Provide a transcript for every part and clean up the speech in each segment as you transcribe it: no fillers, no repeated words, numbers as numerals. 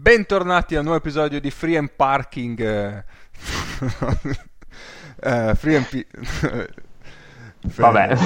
Bentornati a un nuovo episodio di Free and Parking. Free and Vabbè.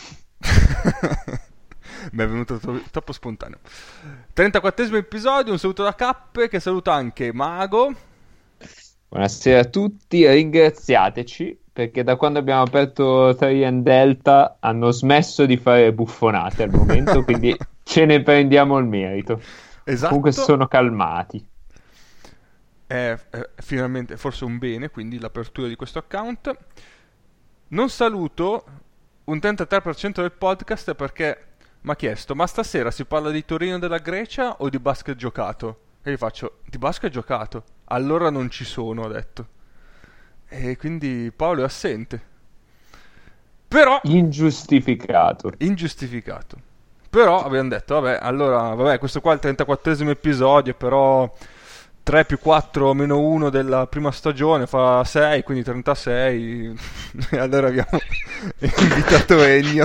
Mi è venuto troppo spontaneo. 34esimo episodio, un saluto da Cappe che saluta anche Mago. Buonasera a tutti, ringraziateci perché da quando abbiamo aperto Traian Delta hanno smesso di fare buffonate al momento, quindi ce ne prendiamo il merito. Esatto. Comunque sono calmati. È finalmente forse un bene, quindi l'apertura di questo account. Non saluto un 33% del podcast perché mi ha chiesto: ma stasera si parla di Torino della Grecia o di basket giocato? E gli faccio: di basket giocato. Allora non ci sono, ha detto. E quindi Paolo è assente. Però Ingiustificato. Però abbiamo detto, vabbè, questo qua è il 34esimo episodio, però 3 più 4 meno 1 della prima stagione fa 6, quindi 36. E allora abbiamo invitato Ennio.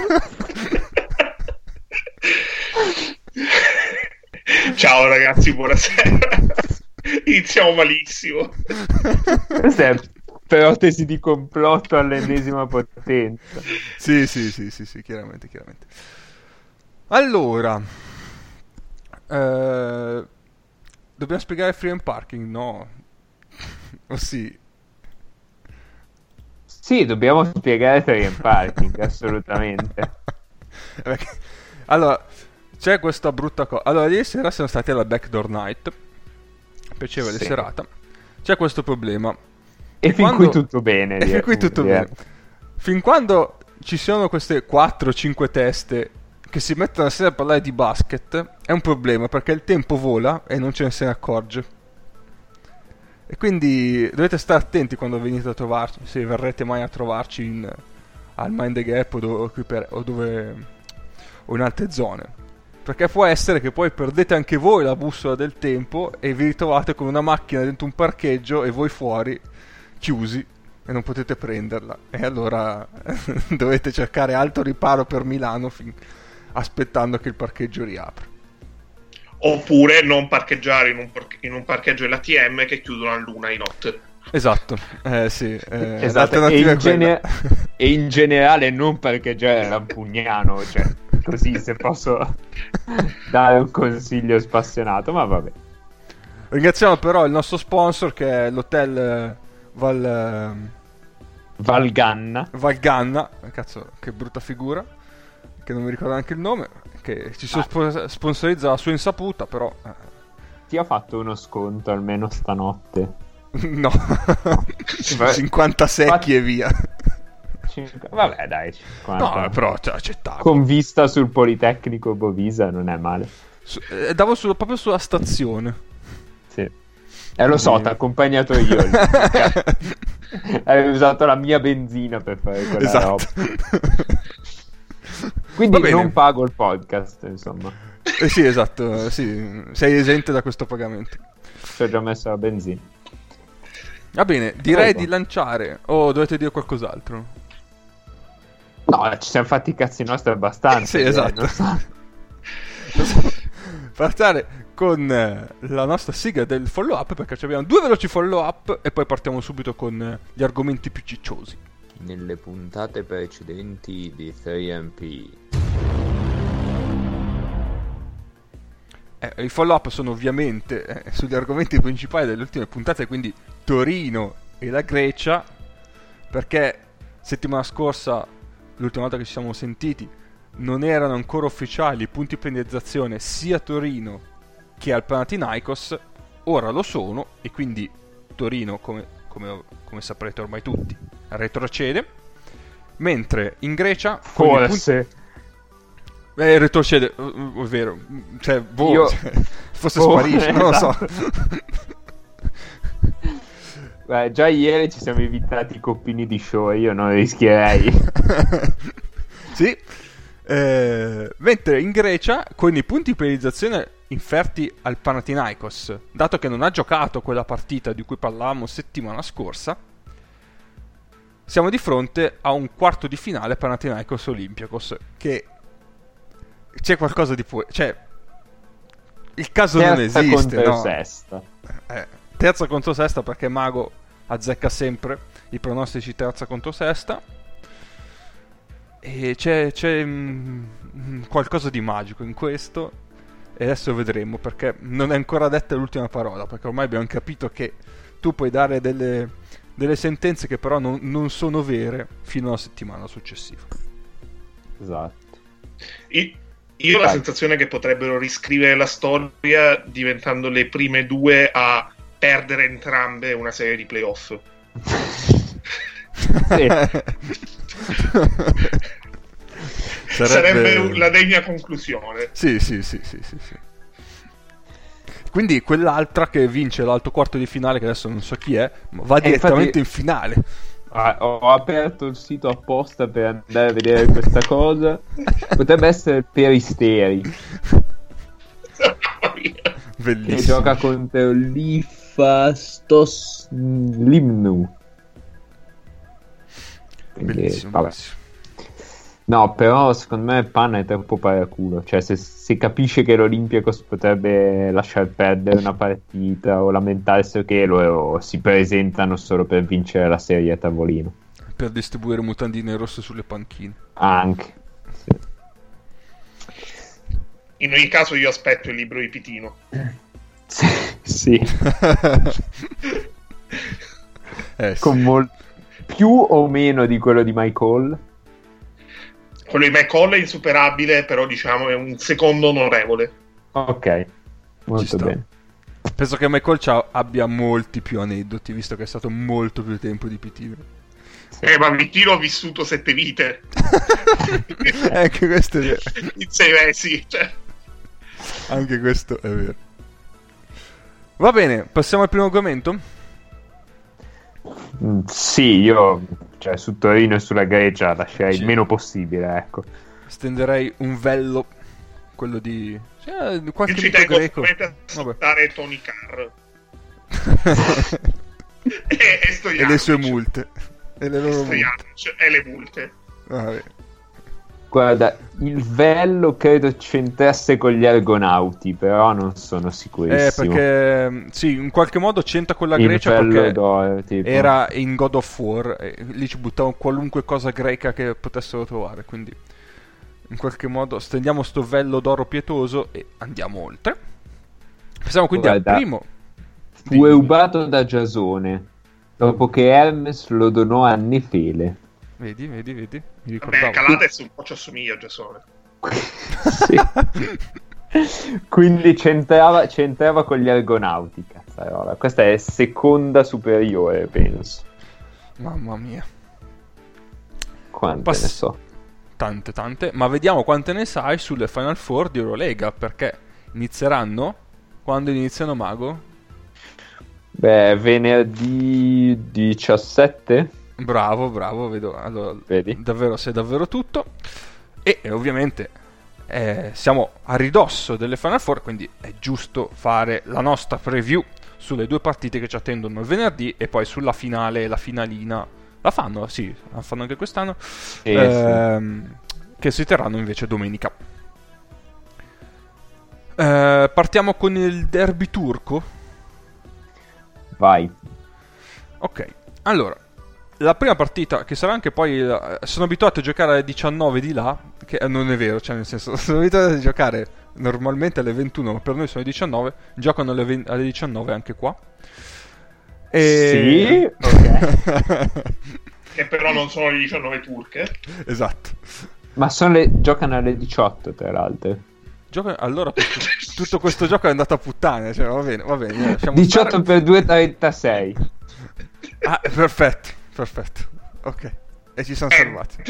Ciao ragazzi, buonasera. Iniziamo malissimo. Questa è protesi di complotto all'ennesima potenza. Sì, chiaramente. Allora, dobbiamo spiegare Free and Parking, no? O sì? Sì, dobbiamo spiegare Traian Parking, assolutamente. Allora, c'è questa brutta cosa. Allora, ieri sera siamo stati alla Backdoor Night, piacevole Sì. serata. C'è questo problema. E fin qui tutto bene. E fin qui tutto bene. Fin quando ci sono queste 4-5 teste che si mettono a sera a parlare di basket, è un problema perché il tempo vola e non ce ne se ne accorge. E quindi dovete stare attenti quando venite a trovarci, se verrete mai a trovarci al Mind the Gap o in altre zone. Perché può essere che poi perdete anche voi la bussola del tempo e vi ritrovate con una macchina dentro un parcheggio e voi fuori, chiusi, e non potete prenderla. E allora dovete cercare altro riparo per Milano aspettando che il parcheggio riapra. Oppure non parcheggiare in un parcheggio dell'ATM che chiudono all'una di notte. Esatto, sì. Esatto. E in generale non parcheggiare a Lampugnano, cioè, così se posso dare un consiglio spassionato, ma vabbè. Ringraziamo però il nostro sponsor che è l'hotel Valganna. Cazzo, che brutta figura, che non mi ricordo neanche il nome, che ci sponsorizza la sua insaputa, però Ti ha fatto uno sconto almeno stanotte? no. 50 secchi e via. Vabbè dai, 50. No, però accettabile. Con vista sul Politecnico Bovisa non è male. Davo proprio sulla stazione. Sì. Lo so, ti ho accompagnato io. Hai usato la mia benzina per fare quella roba. Quindi non pago il podcast, insomma. Sì, esatto, sì. Sei esente da questo pagamento. Ci ho già messo la benzina. Va bene, direi di lanciare. O dovete dire qualcos'altro? No, ci siamo fatti i cazzi nostri abbastanza. Sì, esatto. Partire con la nostra sigla del follow up, perché abbiamo 2 veloci follow up e poi partiamo subito con gli argomenti più cicciosi. Nelle puntate precedenti di 3MP. I follow up sono ovviamente sugli argomenti principali delle ultime puntate, quindi Torino e la Grecia, perché settimana scorsa, l'ultima volta che ci siamo sentiti, non erano ancora ufficiali i punti di penalizzazione sia a Torino che al Panathinaikos. Ora lo sono e quindi Torino, come saprete ormai tutti, retrocede, mentre in Grecia forse retrocede, è vero, cioè forse sparisce, non lo so. Beh, già ieri ci siamo evitati i coppini di show, io non rischierei. Sì. Mentre in Grecia, con i punti di penalizzazione inferti al Panathinaikos, dato che non ha giocato quella partita di cui parlavamo settimana scorsa, siamo di fronte a un quarto di finale Panathinaikos Olympiakos, che c'è qualcosa di cioè il caso terza non esiste, contro no? sesta. Terza contro sesta, perché Mago azzecca sempre i pronostici terza contro sesta. E c'è qualcosa di magico in questo, e adesso vedremo, perché non è ancora detta l'ultima parola, perché ormai abbiamo capito che tu puoi dare delle sentenze che però non sono vere fino alla settimana successiva. Esatto. Io ho la sensazione che potrebbero riscrivere la storia diventando le prime due a perdere entrambe una serie di playoff. Sarebbe la degna conclusione. Sì. Quindi quell'altra che vince l'altro quarto di finale, che adesso non so chi è, ma va direttamente in finale. Ho aperto il sito apposta per andare a vedere questa cosa. Potrebbe essere Peristeri, Bellissimo. che gioca contro l'Ifastos Limnu. Bellissimo, Vabbè. bellissimo. No, però secondo me Panna è troppo paraculo. Cioè, se si capisce che l'Olympiacos potrebbe lasciar perdere una partita o lamentarsi che loro si presentano solo per vincere la serie a tavolino. Per distribuire mutandine rosse sulle panchine. Anche. Sì. In ogni caso io aspetto il libro di Pitino. Sì. Sì. Con più o meno di quello di Michael. Quello di McCall è insuperabile, però diciamo è un secondo onorevole. Ok, molto bene. Penso che Michael abbia molti più aneddoti, visto che è stato molto più tempo di Pitino. Sì. Ma Pitino ha vissuto 7 vite. Anche questo è vero. In 6 mesi, cioè. Anche questo è vero. Va bene, passiamo al primo argomento? Sì, io su Torino e sulla Grecia lascerei il meno possibile, ecco. Stenderei un vello, quello di qualche Io ci mito tengo greco. a salutare Tony Carr e le sue multe e le loro multe e le multe. Vabbè. Guarda, il vello credo c'entrasse con gli Argonauti, però non sono sicurissimo. Perché sì, in qualche modo c'entra con la il Grecia, vello perché d'oro, tipo. era in God of War e lì ci buttavano qualunque cosa greca che potessero trovare, quindi in qualche modo stendiamo sto vello d'oro pietoso e andiamo oltre. Passiamo quindi al primo. Fu rubato da Giasone dopo che Hermes lo donò a Nefele. Vedi, mi ricordavo. Vabbè, Calates un po' ci assomiglia a Giasone. Sì. Quindi c'entrava con gli Argonauti, cazzarola. Questa è seconda superiore, penso. Mamma mia. Quante ne so? Tante, ma vediamo quante ne sai sulle Final Four di Eurolega, perché inizieranno quando iniziano, Mago? Beh, venerdì 17? Bravo, vedo. Allora, vedi? Davvero, sei davvero tutto. E ovviamente siamo a ridosso delle Final Four, quindi è giusto fare la nostra preview sulle due partite che ci attendono il venerdì e poi sulla finale, la finalina. La fanno? Sì, la fanno anche quest'anno. Sì. Che si terranno invece domenica. Partiamo con il derby turco. Vai. Ok, allora la prima partita, che sarà anche poi sono abituato a giocare alle 19 di là, che non è vero, cioè nel senso sono abituato a giocare normalmente alle 21, ma per noi sono le 19, giocano alle 19 anche qua. Sì, ok. Che però non sono le 19 turche. Esatto. Ma giocano alle 18, tra l'altro. Allora tutto questo gioco è andato a puttane, cioè va bene 18 stare. per 2,36. Ah, perfetto. Ok. E ci siamo salvati.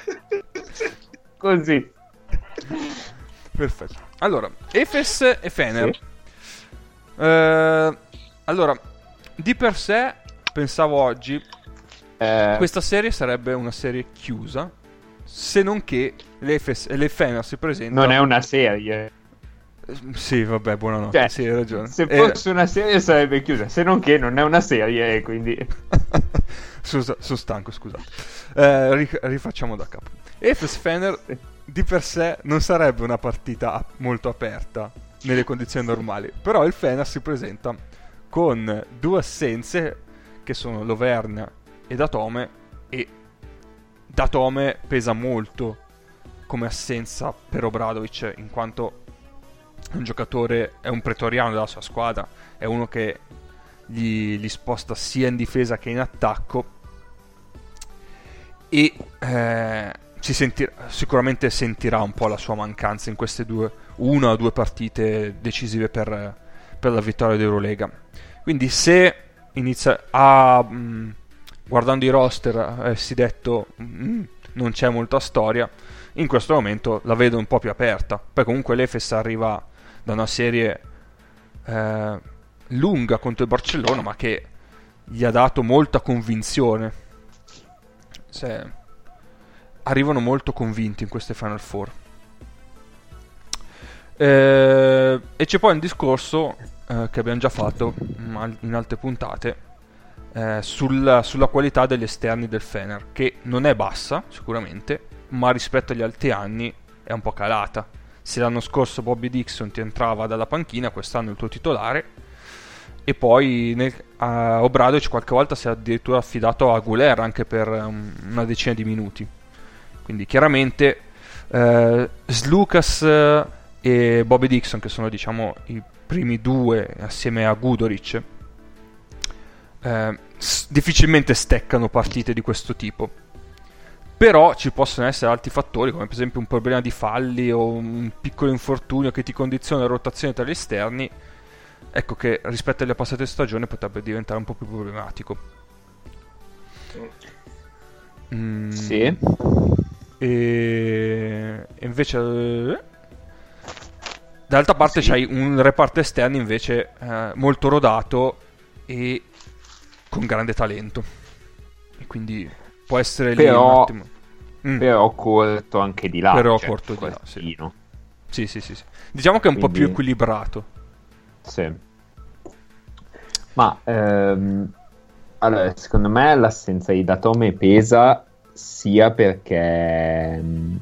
Così. Perfetto. Allora, Efes e Fener. Sì. Allora, di per sé pensavo oggi questa serie sarebbe una serie chiusa, se non che l'Efes e le Fener si presentano. Non è una serie. Sì, vabbè, buonanotte. Cioè, sì, hai ragione. Se fosse una serie sarebbe chiusa, se non che non è una serie, quindi sono stanco, scusate. Rifacciamo da capo. Efes Fener di per sé non sarebbe una partita molto aperta, nelle condizioni normali. Però il Fener si presenta con due assenze che sono Lovern e Datome, e Datome pesa molto come assenza per Obradovic, in quanto è un giocatore, è un pretoriano della sua squadra, è uno che gli sposta sia in difesa che in attacco, e sicuramente sentirà un po' la sua mancanza in queste una o due partite decisive per la vittoria d'Eurolega. Quindi se inizia guardando i roster avessi detto non c'è molta storia, in questo momento la vedo un po' più aperta. Poi comunque l'Efes arriva da una serie lunga contro il Barcellona, ma che gli ha dato molta convinzione. Arrivano molto convinti in queste Final Four. E c'è poi un discorso che abbiamo già fatto in altre puntate sulla qualità degli esterni del Fener, che non è bassa sicuramente, ma rispetto agli altri anni è un po' calata. Se l'anno scorso Bobby Dixon ti entrava dalla panchina, quest'anno è il tuo titolare, e poi Obradovic qualche volta si è addirittura affidato a Guler anche per una decina di minuti. Quindi chiaramente Slukas e Bobby Dixon, che sono diciamo i primi due assieme a Guduric, difficilmente steccano partite di questo tipo. Però ci possono essere altri fattori, come per esempio un problema di falli o un piccolo infortunio che ti condiziona la rotazione tra gli esterni, ecco che rispetto alle passate stagioni potrebbe diventare un po' più problematico. Sì. E invece dall'altra parte c'hai un reparto esterni invece molto rodato e con grande talento, e quindi può essere lì un attimo. Però corto anche di là, però cioè, corto di là, sì. Sì. Diciamo che è un po' più equilibrato. Sì. Ma allora, secondo me l'assenza di Datome pesa sia perché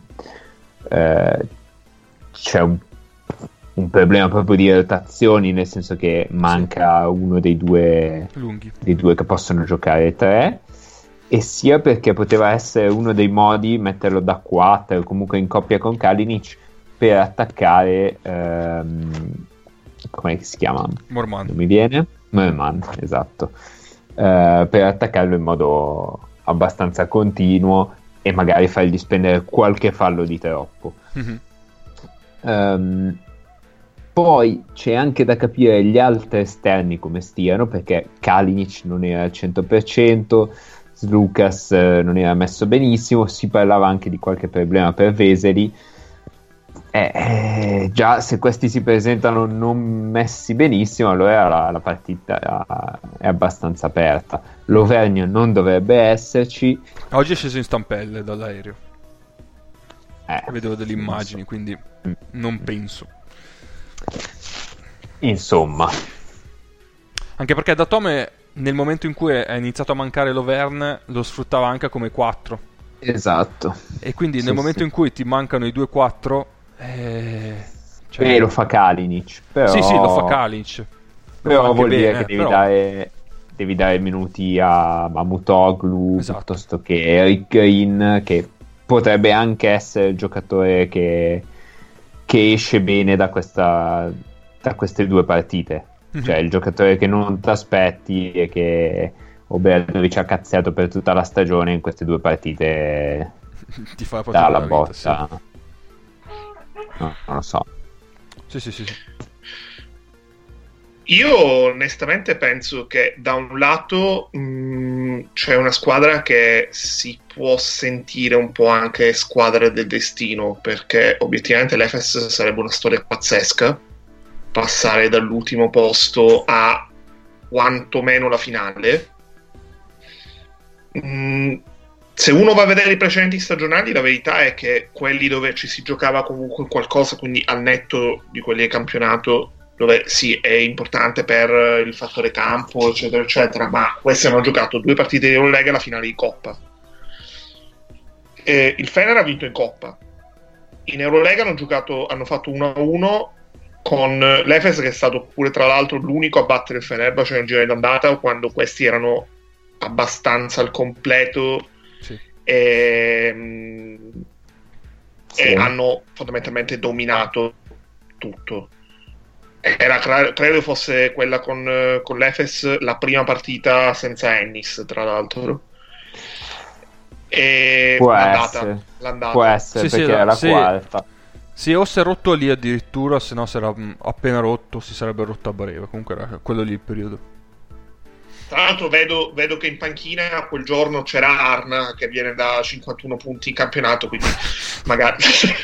c'è un problema proprio di rotazioni, nel senso che manca uno dei due che possono giocare tre, e sia perché poteva essere uno dei modi metterlo da 4 o comunque in coppia con Kalinic per attaccare come si chiama? Morman. Non mi viene? Morman, esatto. Per attaccarlo in modo abbastanza continuo e magari fargli spendere qualche fallo di troppo. Poi c'è anche da capire gli altri esterni come stiano, perché Kalinic non era al 100%, Slukas non era messo benissimo, si parlava anche di qualche problema per Vesely. Già se questi si presentano non messi benissimo, allora la partita è abbastanza aperta. Lovernio non dovrebbe esserci. Oggi è sceso in stampelle dall'aereo, vedevo delle immagini, quindi non penso. Insomma, anche perché Datome nel momento in cui è iniziato a mancare Lovern lo sfruttava anche come 4. Esatto. E quindi nel momento in cui ti mancano i 2-4 lo fa Kalinic, però... Sì, lo fa Kalinic, però vuol dire che devi dare minuti a Mutoglu, esatto, piuttosto che Eric Green, che potrebbe anche essere il giocatore che esce bene da queste due partite. Cioè il giocatore che non ti aspetti e che Obradovic ha cazziato per tutta la stagione, in queste due partite ti fa dà la botta, sì. No, non lo so. Sì. Io onestamente penso che da un lato c'è una squadra che si può sentire un po' anche squadra del destino, perché obiettivamente l'Efes sarebbe una storia pazzesca passare dall'ultimo posto a quantomeno la finale. Se uno va a vedere i precedenti stagionali, la verità è che quelli dove ci si giocava comunque qualcosa, quindi al netto di quelli del campionato, dove sì, è importante per il fattore campo, eccetera, eccetera, ma questi hanno giocato 2 partite di Eurolega e la finale di Coppa. Il Fener ha vinto in Coppa. In Eurolega hanno fatto 1-1 con l'Efes, che è stato pure tra l'altro l'unico a battere il Fenerbahce nel girone d'andata quando questi erano abbastanza al completo, Sì. e Sì. hanno fondamentalmente dominato tutto. Era, credo fosse quella con l'Efes la prima partita senza Ennis, tra l'altro. E Può l'andata. Può essere, Sì, perché sì, è la sì. quarta. Sì, o si è rotto lì addirittura, se no si era appena rotto, si sarebbe rotto a breve. Comunque era quello lì il periodo. Tra l'altro vedo che in panchina quel giorno c'era Arna, che viene da 51 punti in campionato, quindi magari...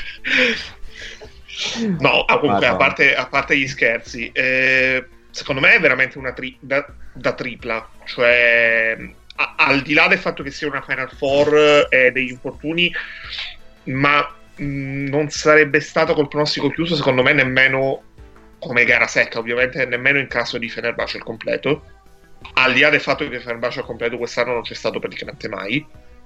No, comunque, a parte gli scherzi, secondo me è veramente una da tripla, cioè al di là del fatto che sia una Final Four e degli infortuni, ma non sarebbe stato col pronostico chiuso, secondo me, nemmeno come gara secca, ovviamente nemmeno in caso di Fenerbahce al completo, al di là del fatto che Fenerbahce al completo quest'anno non c'è stato praticamente mai.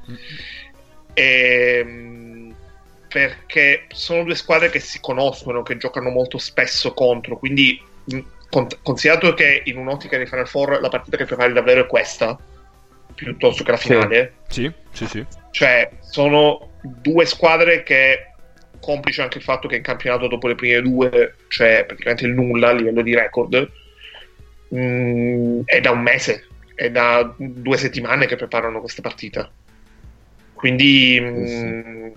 Perché sono due squadre che si conoscono, che giocano molto spesso contro, quindi considerato che in un'ottica di Final Four la partita che prepari davvero è questa piuttosto che la finale, Sì. cioè sono due squadre che, complice anche il fatto che in campionato dopo le prime due c'è praticamente il nulla a livello di record, è da un mese, è da 2 settimane che preparano questa partita, quindi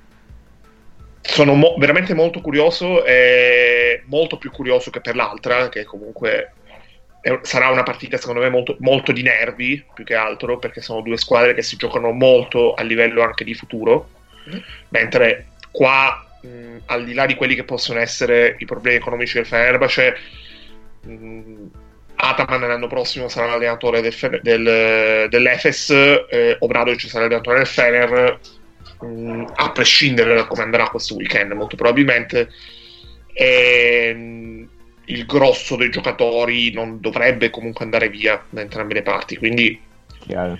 sono veramente molto curioso, e molto più curioso che per l'altra, che comunque sarà una partita secondo me molto, molto di nervi, più che altro, perché sono due squadre che si giocano molto a livello anche di futuro, mentre qua, al di là di quelli che possono essere i problemi economici del Fenerbahce, Ataman l'anno prossimo sarà l'allenatore dell'Efes, Obradovic sarà l'allenatore del Fener, a prescindere da come andrà questo weekend molto probabilmente, il grosso dei giocatori non dovrebbe comunque andare via da entrambe le parti, quindi Chiaro.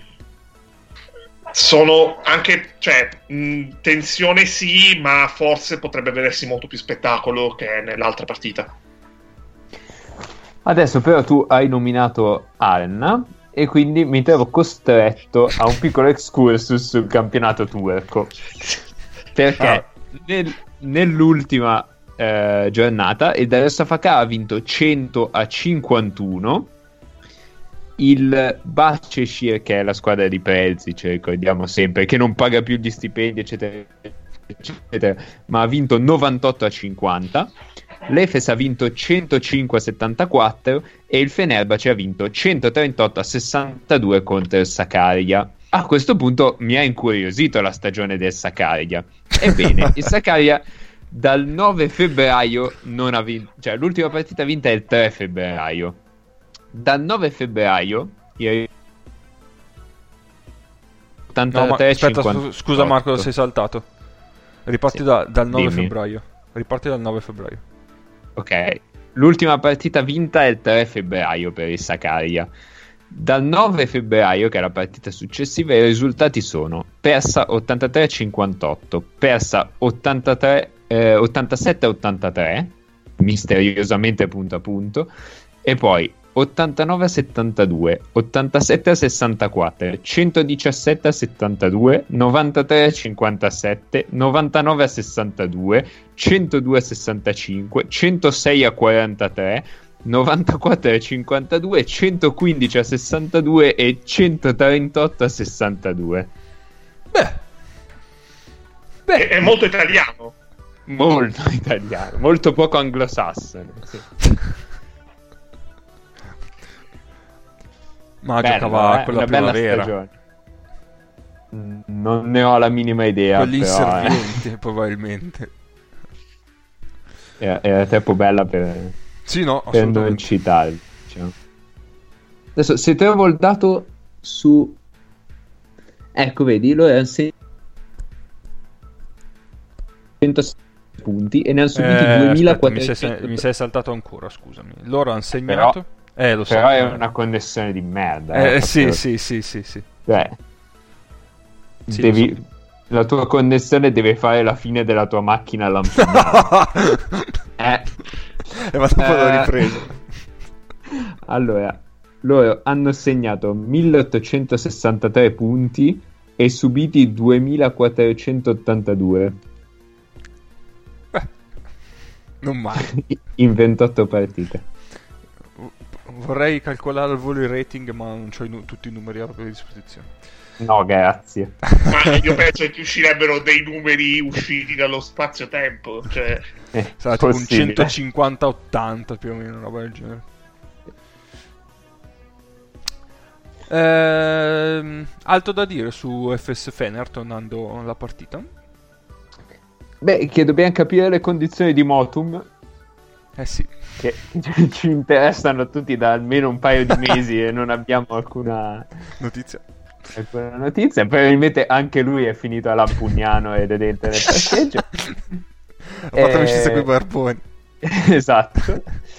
sono anche, cioè, tensione sì, ma forse potrebbe vedersi molto più spettacolo che nell'altra partita. Adesso però tu hai nominato Arna e quindi mi trovo costretto a un piccolo excursus sul campionato turco, perché nell'ultima giornata il Darüşşafaka ha vinto 100-51. Il Başakşehir, che è la squadra di Prezic, ricordiamo sempre, che non paga più gli stipendi eccetera eccetera, ma ha vinto 98-50. L'Efes ha vinto 105-74 e il Fenerbahce ha vinto 138-62 contro il Sakarya. A questo punto mi ha incuriosito la stagione del Sakarya. Ebbene, il Sakarya dal 9 febbraio non ha vinto, cioè l'ultima partita vinta è il 3 febbraio. Dal 9 febbraio ieri 83, aspetta, 58. scusa Marco, sei saltato. Riparti Sì. dal 9 Dimmi. febbraio. Riparti dal 9 febbraio. Ok, l'ultima partita vinta è il 3 febbraio per il Sakarya. Dal 9 febbraio, che è la partita successiva, i risultati sono: persa 83-58, persa 87-83, misteriosamente punto a punto, e poi 89-72, 87-64, 117-72, 93-57, 99-62, 102-65, 106-43, 94-52, 115-62 e 138-62. Beh, È molto italiano. Molto italiano, molto poco anglosassone. Sì. ma Bella, giocava quella una bella primavera. stagione. Non ne ho la minima idea. Quelli però, inservienti, probabilmente. era troppo bella per Sì, no, non assolutamente. citarli, diciamo. Adesso se trovo il dato su, ecco, vedi, lo è 100 punti e ne hanno subiti Aspetta, 2400. mi sei saltato ancora, scusami. Loro hanno segnato. Lo so. Però è una connessione di merda. Sì. Cioè, Sì, devi, lo so. la tua connessione deve fare la fine della tua macchina lampadina. Ma dopo l'ho ripreso. Allora, loro hanno segnato 1863 punti e subiti 2482 Non male. in 28 partite. Vorrei calcolare al volo il rating, ma non ho tutti i numeri a propria disposizione. No, grazie. Ma io penso che uscirebbero dei numeri usciti dallo spazio-tempo. Cioè... Sarà tipo un possibile. 150-80 più o meno, una roba del genere. Altro da dire su FS Fener, tornando alla partita? Beh, che dobbiamo capire le condizioni di Motum, Eh sì. che ci interessano tutti da almeno un paio di mesi e non abbiamo alcuna Notizia. notizia. Probabilmente anche lui è finito a Lampugnano ed è dentro nel parcheggio. Ha fatto amicizia con i barboni. Esatto.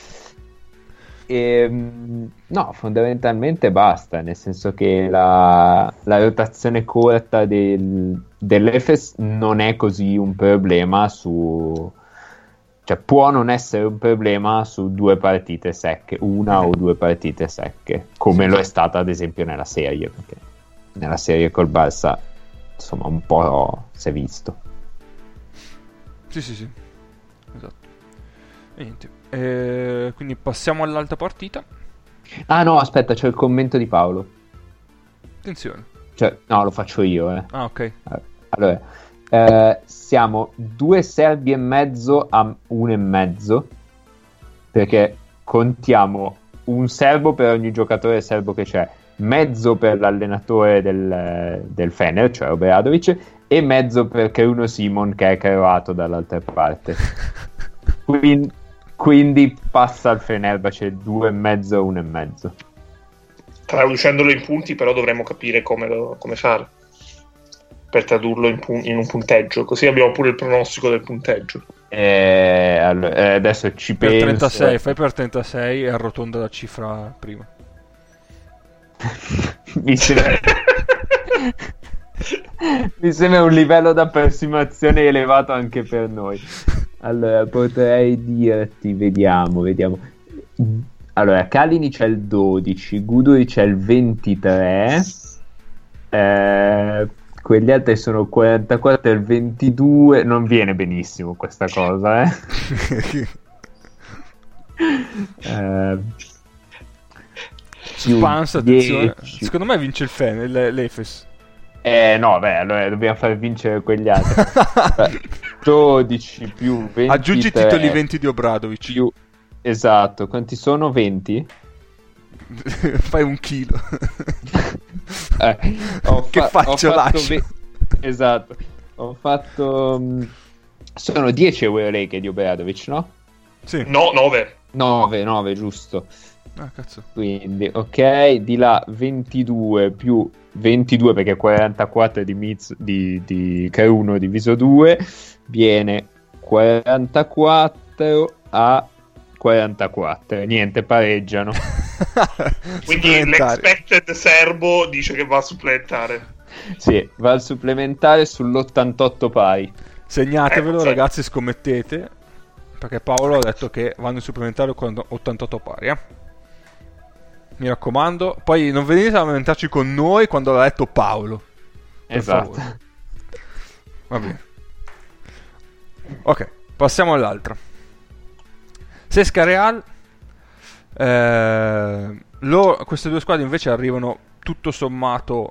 No, fondamentalmente basta, nel senso che la rotazione corta dell'Efes non è così un problema cioè può non essere un problema su due partite secche, una o due partite secche, come lo è stata ad esempio nella serie, perché nella serie col Barça insomma un po' si è visto. Sì, esatto. E niente. Quindi passiamo all'altra partita. Ah no, aspetta, c'è il commento di Paolo. Attenzione. Cioè, no, lo faccio io, Ah, ok. Allora, siamo 2 serbi e mezzo a 1,5, perché contiamo un serbo per ogni giocatore serbo che c'è, mezzo per l'allenatore del Fener, cioè Obradovic, e mezzo per Kruno Simon che è croato dall'altra parte. Quindi passa al Fenerbahce 2,5 a 1,5. Traducendolo in punti, però dovremmo capire come fare per tradurlo in un punteggio, così abbiamo pure il pronostico del punteggio. Allora, adesso ci Per penso. 36, fai per 36 e arrotonda la cifra prima. Mi sembra un livello d'approssimazione elevato anche per noi. Allora, potrei dirti, vediamo. Allora, Kalinic c'è il 12, Guduric c'è il 23, quegli altri sono il 44 e il 22. Non viene benissimo questa cosa, Suspense, attenzione. 10. Secondo me vince il Fener, l'Efes. No, beh, allora dobbiamo far vincere quegli altri. 12 più 23 Aggiungi i titoli 20 di Obradovic. più... Esatto, quanti sono? 20? Fai un chilo. Che ho faccio fatto lascio? Esatto. Ho fatto... sono 10 Euroleghe di Obradovic, no? Sì. No, 9. 9, giusto. Ah, cazzo. Quindi, ok, di là 22 più 22 perché 44 di K1 diviso 2 viene 44 a 44. Niente, pareggiano. Quindi Supplementari. l'expected serbo dice che va a supplementare. Sì, va al supplementare sull'88 pari. Segnatevelo, Sì. ragazzi, scommettete. Perché Paolo ha detto che vanno in supplementare con 88 pari, Mi raccomando. Poi non venite a lamentarci con noi quando l'ha detto Paolo. Per Esatto. favore. Va bene. Ok, passiamo all'altra. Sesca Real. Queste due squadre invece arrivano tutto sommato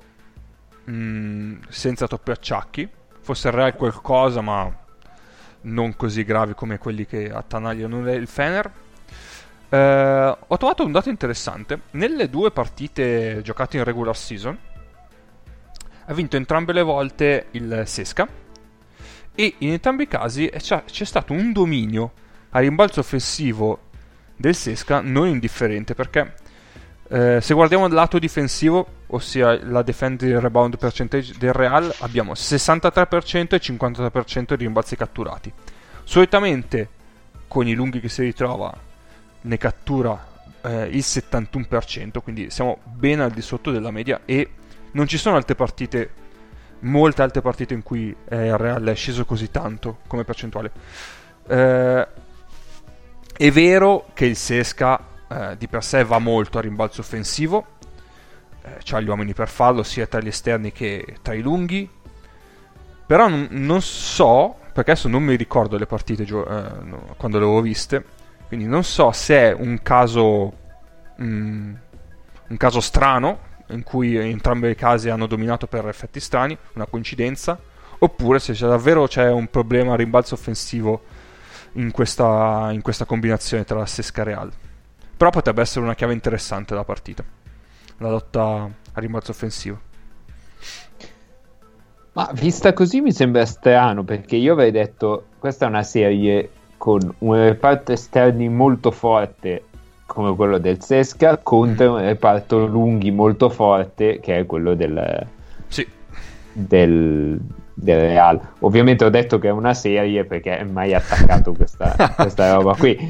senza troppi acciacchi. Forse il Real qualcosa, ma non così gravi come quelli che attanagliano il Fener. Ho trovato un dato interessante. Nelle due partite giocate in regular season ha vinto entrambe le volte il Sesca, e in entrambi i casi c'è stato un dominio a rimbalzo offensivo del Sesca non indifferente, perché se guardiamo il lato difensivo, ossia la defending rebound percentage del Real, abbiamo 63% e 53% di rimbalzi catturati. Solitamente con i lunghi che si ritrova ne cattura il 71%, quindi siamo ben al di sotto della media, e non ci sono molte altre partite in cui il Real è sceso così tanto come percentuale. È vero che il Sesca di per sé va molto a rimbalzo offensivo, c'ha gli uomini per farlo sia tra gli esterni che tra i lunghi, però non so, perché adesso non mi ricordo le partite quando le avevo viste, quindi non so se è un caso strano in cui entrambi i casi hanno dominato per effetti strani, una coincidenza, oppure se davvero c'è un problema a rimbalzo offensivo in questa combinazione tra la Sesca e Real. Però potrebbe essere una chiave interessante della partita, la lotta a rimbalzo offensivo. Ma vista così mi sembra strano, perché io avrei detto questa è una serie con un reparto esterni molto forte come quello del Sesca contro un reparto lunghi molto forte che è quello del Real. Ovviamente ho detto che è una serie perché è mai attaccato questa roba qui.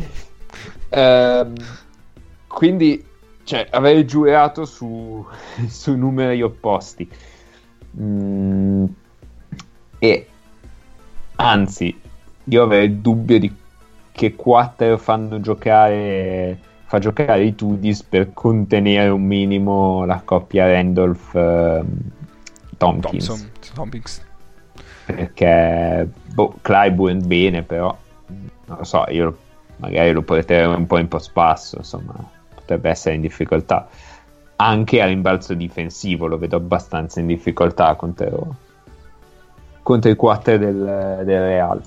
Quindi cioè, avrei giurato su numeri opposti. E anzi, io avrei il dubbio che Quattro fa giocare i Tudis per contenere un minimo la coppia Randolph-Tompkins. Perché Clyburn bene, però non lo so, io magari lo porterei un po' in post basso, insomma potrebbe essere in difficoltà. Anche a rimbalzo difensivo lo vedo abbastanza in difficoltà contro i 4 del Real.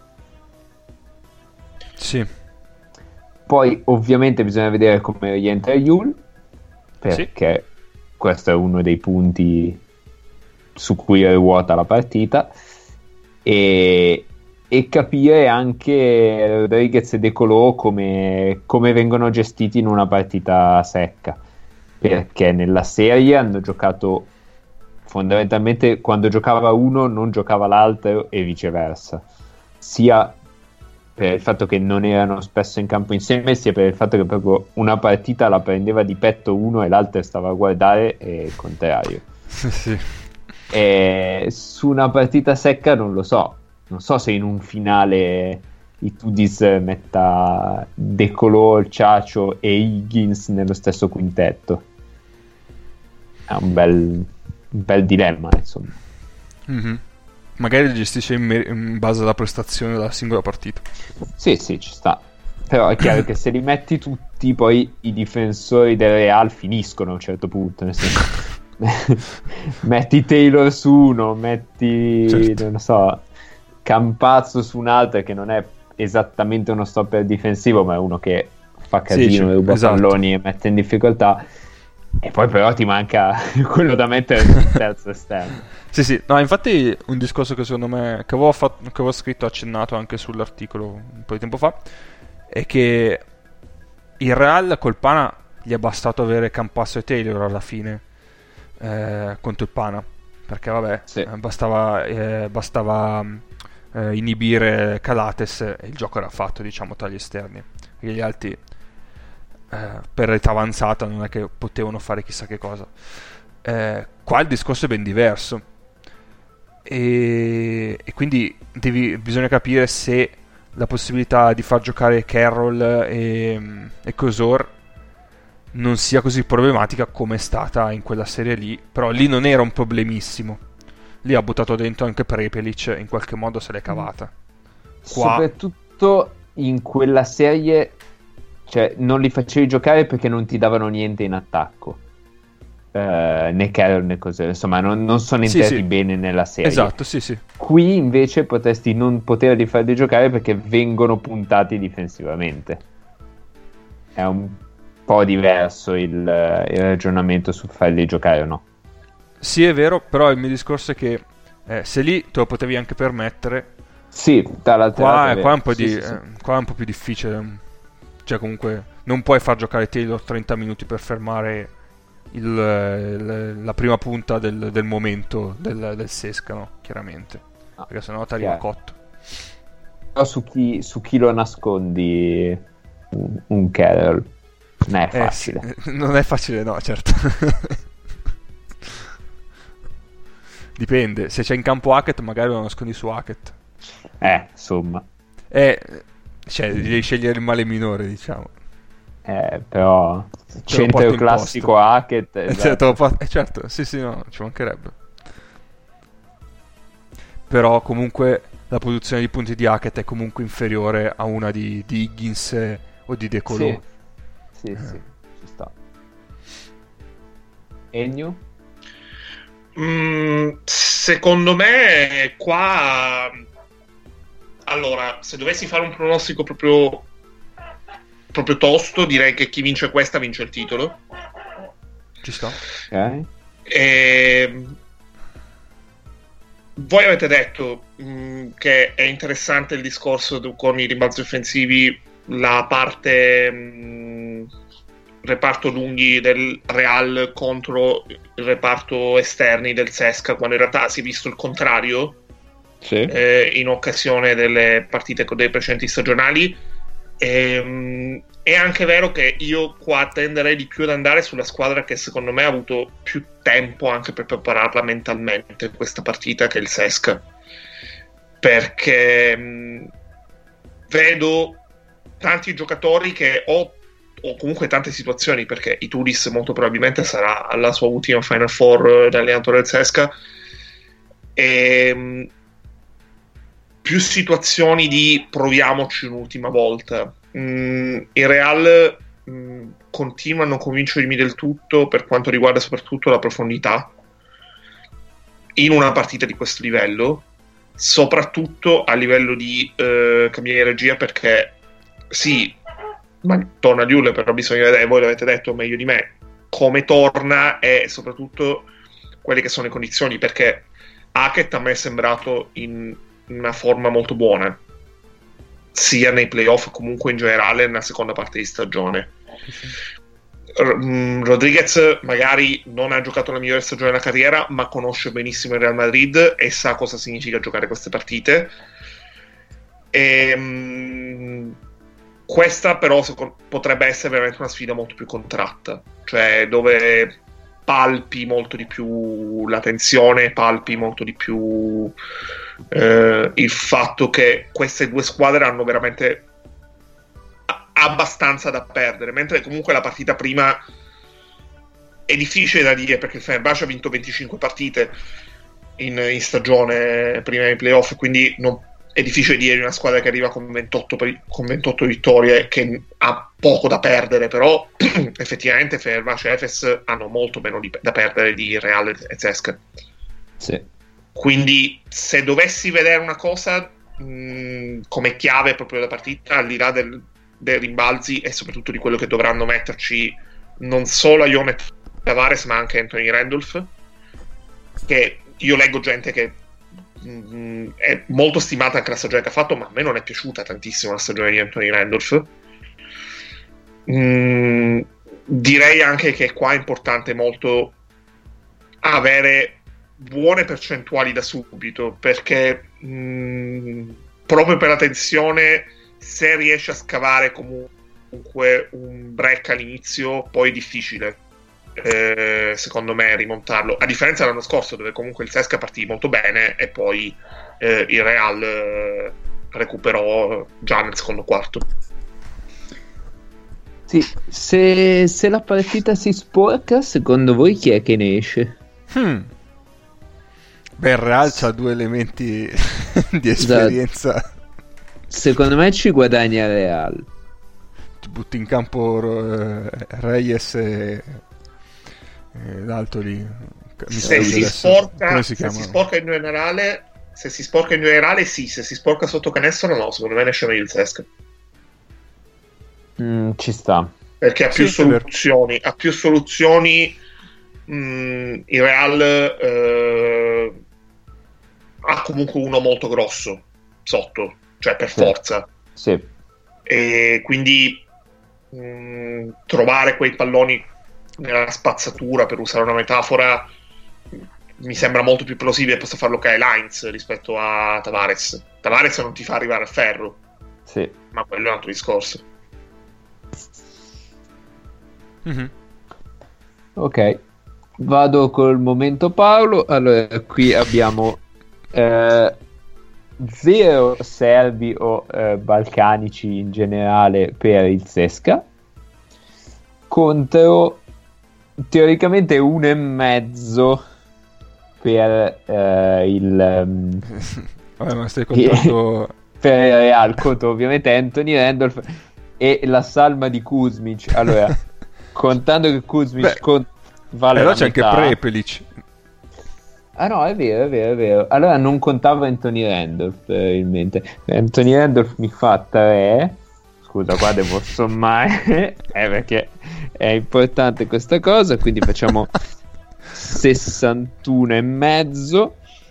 Sì. Poi ovviamente bisogna vedere come rientra Yul, perché questo è uno dei punti su cui ruota la partita, e capire anche Rodriguez e De Colo come vengono gestiti in una partita secca, perché nella serie hanno giocato fondamentalmente, quando giocava uno non giocava l'altro e viceversa, sia per il fatto che non erano spesso in campo insieme, sia per il fatto che proprio una partita la prendeva di petto uno e l'altro stava a guardare, e il contrario. Sì. E su una partita secca non so se in un finale i Tudis metta De Colo, Ciacio e Higgins nello stesso quintetto. È un bel dilemma, insomma. Mm-hmm. Magari gestisce in base alla prestazione della singola partita. Sì, ci sta. Però è chiaro che se li metti tutti, poi i difensori del Real finiscono a un certo punto, nel senso metti Taylor su uno, metti non so, Campazzo su un altro, che non è esattamente uno stopper difensivo, ma è uno che fa casino, ruba palloni e mette in difficoltà, e poi però ti manca quello da mettere sul terzo esterno. Sì, no, infatti un discorso che secondo me che avevo scritto, accennato anche sull'articolo un po' di tempo fa, è che il Real col Pana gli è bastato avere Campasso e Taylor alla fine contro il Pana, perché vabbè, bastava inibire Calates e il gioco era fatto, diciamo, tra gli esterni, e gli altri per età avanzata non è che potevano fare chissà che cosa. Qua il discorso è ben diverso, e quindi bisogna capire se la possibilità di far giocare Carroll e Cosor non sia così problematica come è stata in quella serie lì. Però lì non era un problemissimo, lì ha buttato dentro anche Prepelic, in qualche modo se l'è cavata. Qua... soprattutto in quella serie, cioè non li facevi giocare perché non ti davano niente in attacco, né Carroll né Cosor, insomma non sono entrati bene nella serie. Esatto, sì. Qui invece potresti non poterli farli giocare perché vengono puntati difensivamente. È un po' diverso il ragionamento su farli giocare o no. Sì, è vero, però il mio discorso è che se lì te lo potevi anche permettere, sì, dall'altra qua è un po' più difficile. Cioè comunque non puoi far giocare Taylor 30 minuti per fermare la prima punta del momento del Sesca, no? Chiaramente, perché sennò ti arriva cotto. Però su chi lo nascondi un Carroll non è facile. Non è facile, no, certo. Dipende, se c'è in campo Hackett magari lo nascondi su Hackett. Insomma. Cioè, devi scegliere il male minore, diciamo. Però Te lo centro porto in classico posto. Hackett, esatto. Certo, sì, no, ci mancherebbe. Però comunque la produzione di punti di Hackett è comunque inferiore a una di Higgins o di De Colo. Sì, ci sta. Ennio? Secondo me qua, allora, se dovessi fare un pronostico proprio tosto, direi che chi vince questa vince il titolo. Ci sta. Ok. Voi avete detto che è interessante il discorso con i rimbalzi offensivi, la parte reparto lunghi del Real contro il reparto esterni del Cesca, quando in realtà si è visto il contrario in occasione delle partite dei precedenti stagionali. È anche vero che io qua tenderei di più ad andare sulla squadra che secondo me ha avuto più tempo anche per prepararla mentalmente questa partita, che è il Cesca, perché vedo tanti giocatori che o comunque tante situazioni, perché Itudis molto probabilmente sarà alla sua ultima Final Four da allenatore del Cesca, e più situazioni di proviamoci un'ultima volta. Il Real continua a non convincermi del tutto per quanto riguarda soprattutto la profondità in una partita di questo livello, soprattutto a livello di cabina di regia, perché sì, ma torna Liule, però bisogna vedere, voi l'avete detto meglio di me, come torna e soprattutto quelle che sono le condizioni, perché Hackett a me è sembrato in una forma molto buona, sia nei playoff comunque in generale nella seconda parte di stagione. Rodriguez magari non ha giocato la migliore stagione della carriera, ma conosce benissimo il Real Madrid e sa cosa significa giocare queste partite. Questa però potrebbe essere veramente una sfida molto più contratta, cioè dove palpi molto di più la tensione, palpi molto di più il fatto che queste due squadre hanno veramente abbastanza da perdere, mentre comunque la partita prima è difficile da dire, perché il Fenerbahce ha vinto 25 partite in stagione prima dei playoff, quindi è difficile dire di una squadra che arriva con 28 vittorie che ha poco da perdere, però effettivamente Fenerbahce e Efes hanno molto meno da perdere di Real e Cesca. Sì. Quindi se dovessi vedere una cosa come chiave proprio della partita, al di là dei rimbalzi e soprattutto di quello che dovranno metterci non solo a Ione Tavares ma anche Anthony Randolph, che io leggo gente che è molto stimata anche la stagione che ha fatto, ma a me non è piaciuta tantissimo la stagione di Anthony Randolph. Direi anche che qua è importante molto avere buone percentuali da subito, perché proprio per la tensione, se riesce a scavare comunque un break all'inizio, poi è difficile secondo me rimontarlo, a differenza dell'anno scorso dove comunque il Cesca partì molto bene e poi il Real recuperò già nel secondo quarto. Sì, se la partita si sporca, secondo voi chi è che ne esce? Beh, il Real c'ha due elementi di esperienza. Secondo me ci guadagna Real. Ti butti in campo Reyes e l'altro lì. Se si sporca in generale, sì, se si sporca sotto canestro no, secondo me ne esce meglio il Cesca. Ci sta. Perché ha più soluzioni. Ha più soluzioni. Il Real ha comunque uno molto grosso sotto, cioè per forza. Sì. E quindi trovare quei palloni nella spazzatura, per usare una metafora, mi sembra molto più plausibile possa farlo Kyle Hines rispetto a Tavares. Tavares non ti fa arrivare al ferro, sì, ma quello è un altro discorso. Ok, vado col momento Paolo. Allora, qui abbiamo 0 serbi o balcanici in generale per il CSKA, contro teoricamente 1,5 per il Vabbè, ma stai contando per il Real, contro ovviamente Anthony Randolph e la salma di Kuzmic. Allora, contando che Kuzmic vale allora la c'è metà. anche Prepelic. Ah no, è vero. Allora non contavo Anthony Randolph, probabilmente. Anthony Randolph mi fa 3. Scusa, qua devo sommare, perché è importante questa cosa, quindi facciamo 61,5.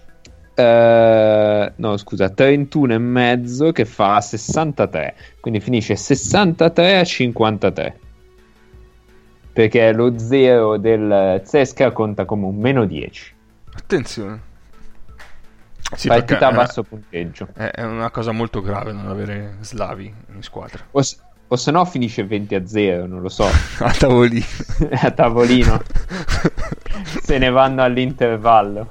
No, scusa, 31,5 che fa 63. Quindi finisce 63-53. Perché lo 0 del CSKA conta come un -10. Attenzione. Sì, Partita perché a basso punteggio. è una cosa molto grave non avere slavi in squadra. O se no finisce 20-0, non lo so. A tavolino. A tavolino. Se ne vanno all'intervallo.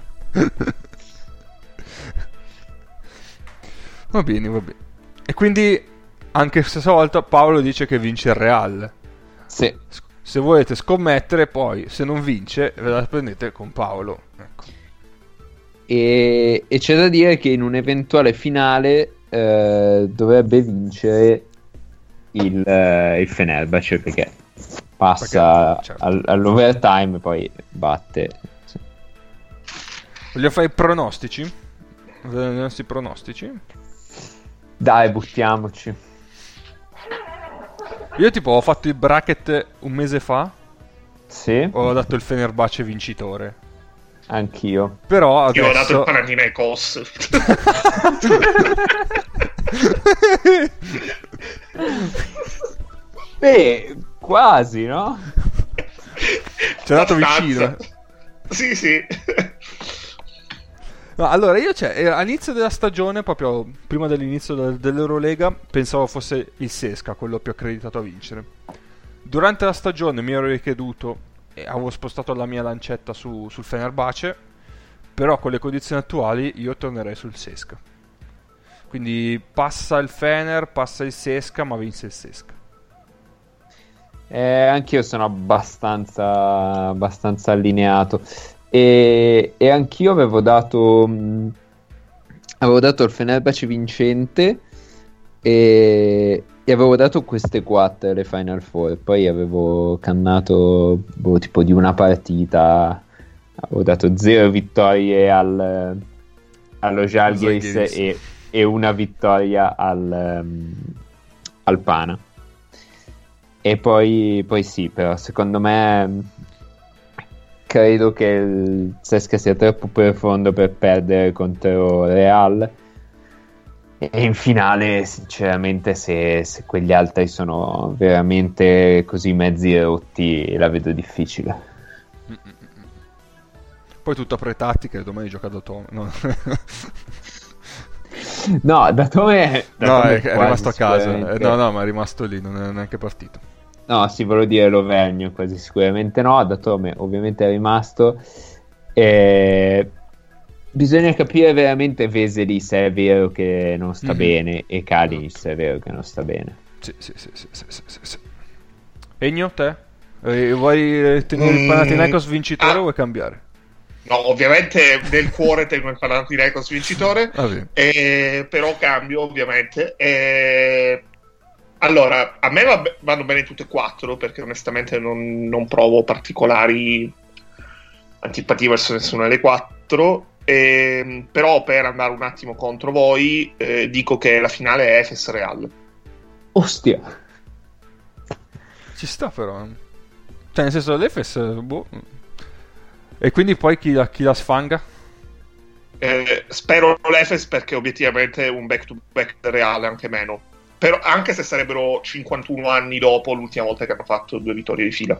Va bene. E quindi anche stessa volta Paolo dice che vince il Real. Sì. Se volete scommettere, poi se non vince ve la prendete con Paolo. Ecco. E c'è da dire che in un eventuale finale dovrebbe vincere il Fenerbahce, perché passa certo. all'overtime e poi batte. Sì. Vogliamo fare i pronostici? I nostri pronostici? Dai, buttiamoci. Io tipo ho fatto il bracket un mese fa. Sì, Ho dato il Fenerbahce vincitore. anch'io. Però Io ho dato il adesso Panathinaikos. Beh, quasi, no? ci è andato Abbastanza. vicino. Sì. No, allora io all'inizio della stagione, proprio prima dell'inizio dell'Eurolega, pensavo fosse il Sesca quello più accreditato a vincere. Durante la stagione mi ero ricreduto e avevo spostato la mia lancetta sul Fenerbahce, però con le condizioni attuali io tornerei sul Sesca. Quindi passa il Fener, passa il Sesca, ma vince il Sesca. Anch'io sono abbastanza allineato. E anch'io avevo dato il Fenerbahce vincente e avevo dato queste 4 le Final Four. Poi avevo cannato tipo di una partita, avevo dato 0 vittorie allo Žalgiris e una vittoria al Pana. E poi sì, però secondo me credo che il CSKA sia troppo profondo per perdere contro Real, e in finale sinceramente se quegli altri sono veramente così mezzi rotti la vedo difficile. Poi tutta pre-tattica e domani gioca da Tom. No, Datome è rimasto a casa. sicuramente. No, ma è rimasto lì, non è neanche partito. No, sì, volevo dire Lovernio, quasi sicuramente no. Datome ovviamente è rimasto. Bisogna capire veramente Vesely se è vero che non sta bene e Kalinic se è vero che non sta bene. Sì. Egno, te? Vuoi tenere il Panathinaikos vincitore o vuoi cambiare? No, ovviamente nel cuore tengo il Panathinaikos vincitore, però cambio ovviamente. Allora, a me vanno bene tutte e 4 perché onestamente non provo particolari antipatie verso nessuna delle 4. Però per andare un attimo contro voi dico che la finale è Efes Real. Ostia, Ci sta però. Cioè nel senso l'Efes E quindi poi chi la sfanga? Spero l'Efes perché obiettivamente un back to back Real anche meno. Però, anche se sarebbero 51 anni dopo l'ultima volta che hanno fatto 2 vittorie di fila.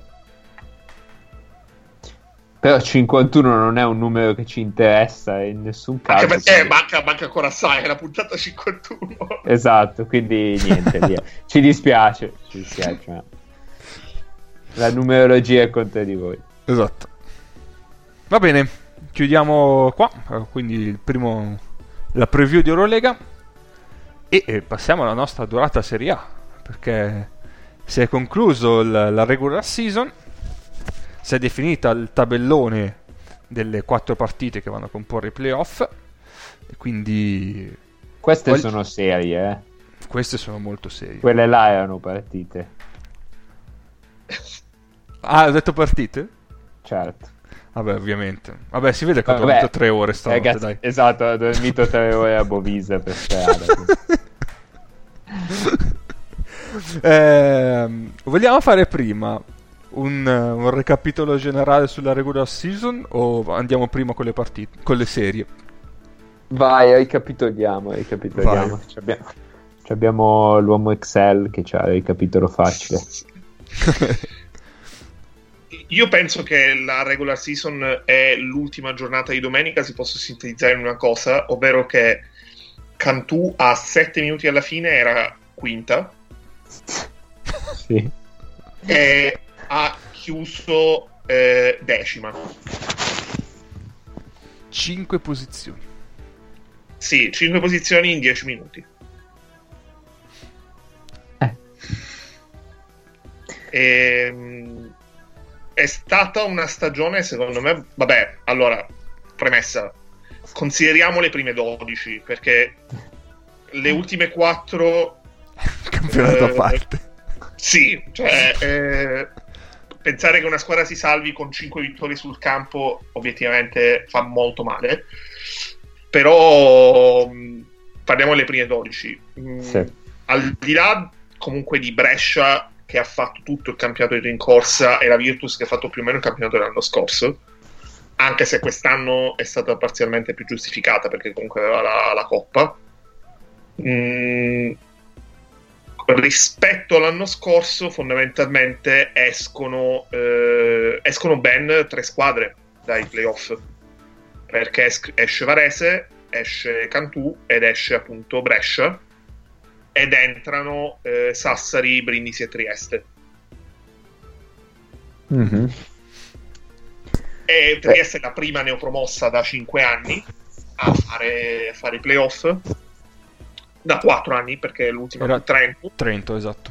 però 51 non è un numero che ci interessa in nessun caso. Anche perché manca ancora assai, è la puntata 51. Esatto, quindi niente, via. Ci dispiace, ma la numerologia è contro di voi. Esatto. Va bene, chiudiamo qua. Quindi il primo la preview di Eurolega e passiamo alla nostra durata Serie A, perché si è concluso la regular season, si è definita il tabellone delle 4 partite che vanno a comporre i playoff, e quindi Queste sono serie, queste sono molto serie. Quelle là erano partite. Ah, ho detto partite? Certo. Vabbè, ovviamente. Vabbè, si vede che ho dormito 3 ore stanotte, ragazzi, dai. Esatto, ho dormito 3 ore a Bovisa per strada. Vogliamo fare prima un recapitolo generale sulla regular season o andiamo prima con le partite, con le serie? Vai, ricapitoliamo. Abbiamo l'uomo Excel che c'ha il ricapitolo facile. Io penso che la regular season e l'ultima giornata di domenica si possa sintetizzare in una cosa, ovvero che Cantù a 7 minuti alla fine era quinta. Sì. E ha chiuso decima. 5 posizioni. Sì, 5 posizioni in 10 minuti. È stata una stagione, secondo me, vabbè, allora, premessa, consideriamo le prime 12, perché le ultime 4 campionato a parte. Sì, cioè pensare che una squadra si salvi con 5 vittorie sul campo obiettivamente fa molto male, però parliamo delle prime 12. Sì. Al di là comunque di Brescia, che ha fatto tutto il campionato di rincorsa, e la Virtus che ha fatto più o meno il campionato dell'anno scorso, anche se quest'anno è stata parzialmente più giustificata perché comunque aveva la Coppa. Rispetto all'anno scorso fondamentalmente escono ben 3 squadre dai playoff, perché esce Varese, esce Cantù ed esce appunto Brescia, ed entrano Sassari, Brindisi e Trieste. Mm-hmm. E Trieste è la prima neopromossa da 5 anni a fare i playoff, da 4 anni, perché l'ultima era Trento, esatto.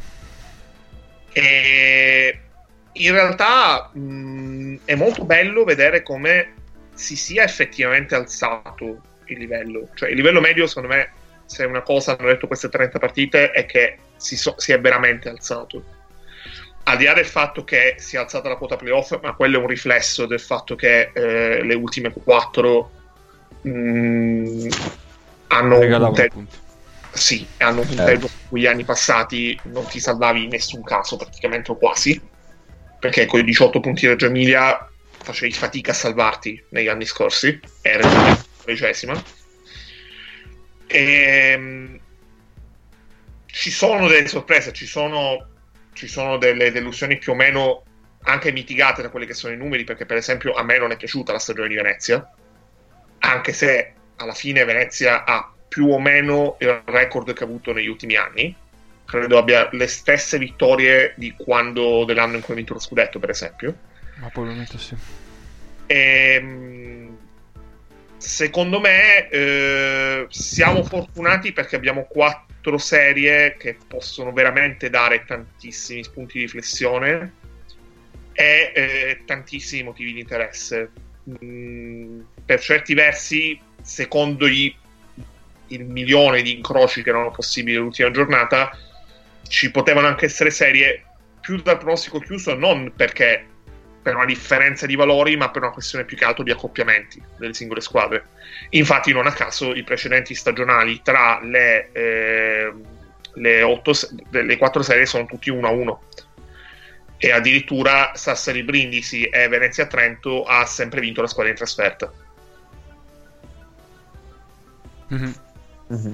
E in realtà è molto bello vedere come si sia effettivamente alzato il livello. Cioè il livello medio, secondo me, se una cosa hanno detto queste 30 partite, è che si è veramente alzato. Al di là del fatto che si è alzata la quota playoff, ma quello è un riflesso del fatto che le ultime 4 hanno un tempo. Sì, hanno un tempo in cui gli anni passati non ti salvavi in nessun caso, praticamente, o quasi, perché con i 18 punti di Reggio Emilia facevi fatica a salvarti negli anni scorsi, era la 13ª. Ci sono delle sorprese, ci sono delle delusioni più o meno anche mitigate da quelli che sono i numeri, perché per esempio a me non è piaciuta la stagione di Venezia, anche se alla fine Venezia ha più o meno il record che ha avuto negli ultimi anni. Credo abbia le stesse vittorie di dell'anno in cui ha vinto lo scudetto, per esempio. Ma probabilmente sì. Secondo me siamo fortunati perché abbiamo 4 serie che possono veramente dare tantissimi spunti di riflessione e tantissimi motivi di interesse. Per certi versi, secondo il milione di incroci che erano possibili l'ultima giornata, ci potevano anche essere serie più dal pronostico chiuso, non perché per una differenza di valori, ma per una questione più che altro di accoppiamenti delle singole squadre. Infatti, non a caso, i precedenti stagionali tra le 4 serie sono tutti 1-1, e addirittura Sassari Brindisi e Venezia Trento ha sempre vinto la squadra in trasferta. Mm-hmm. Mm-hmm.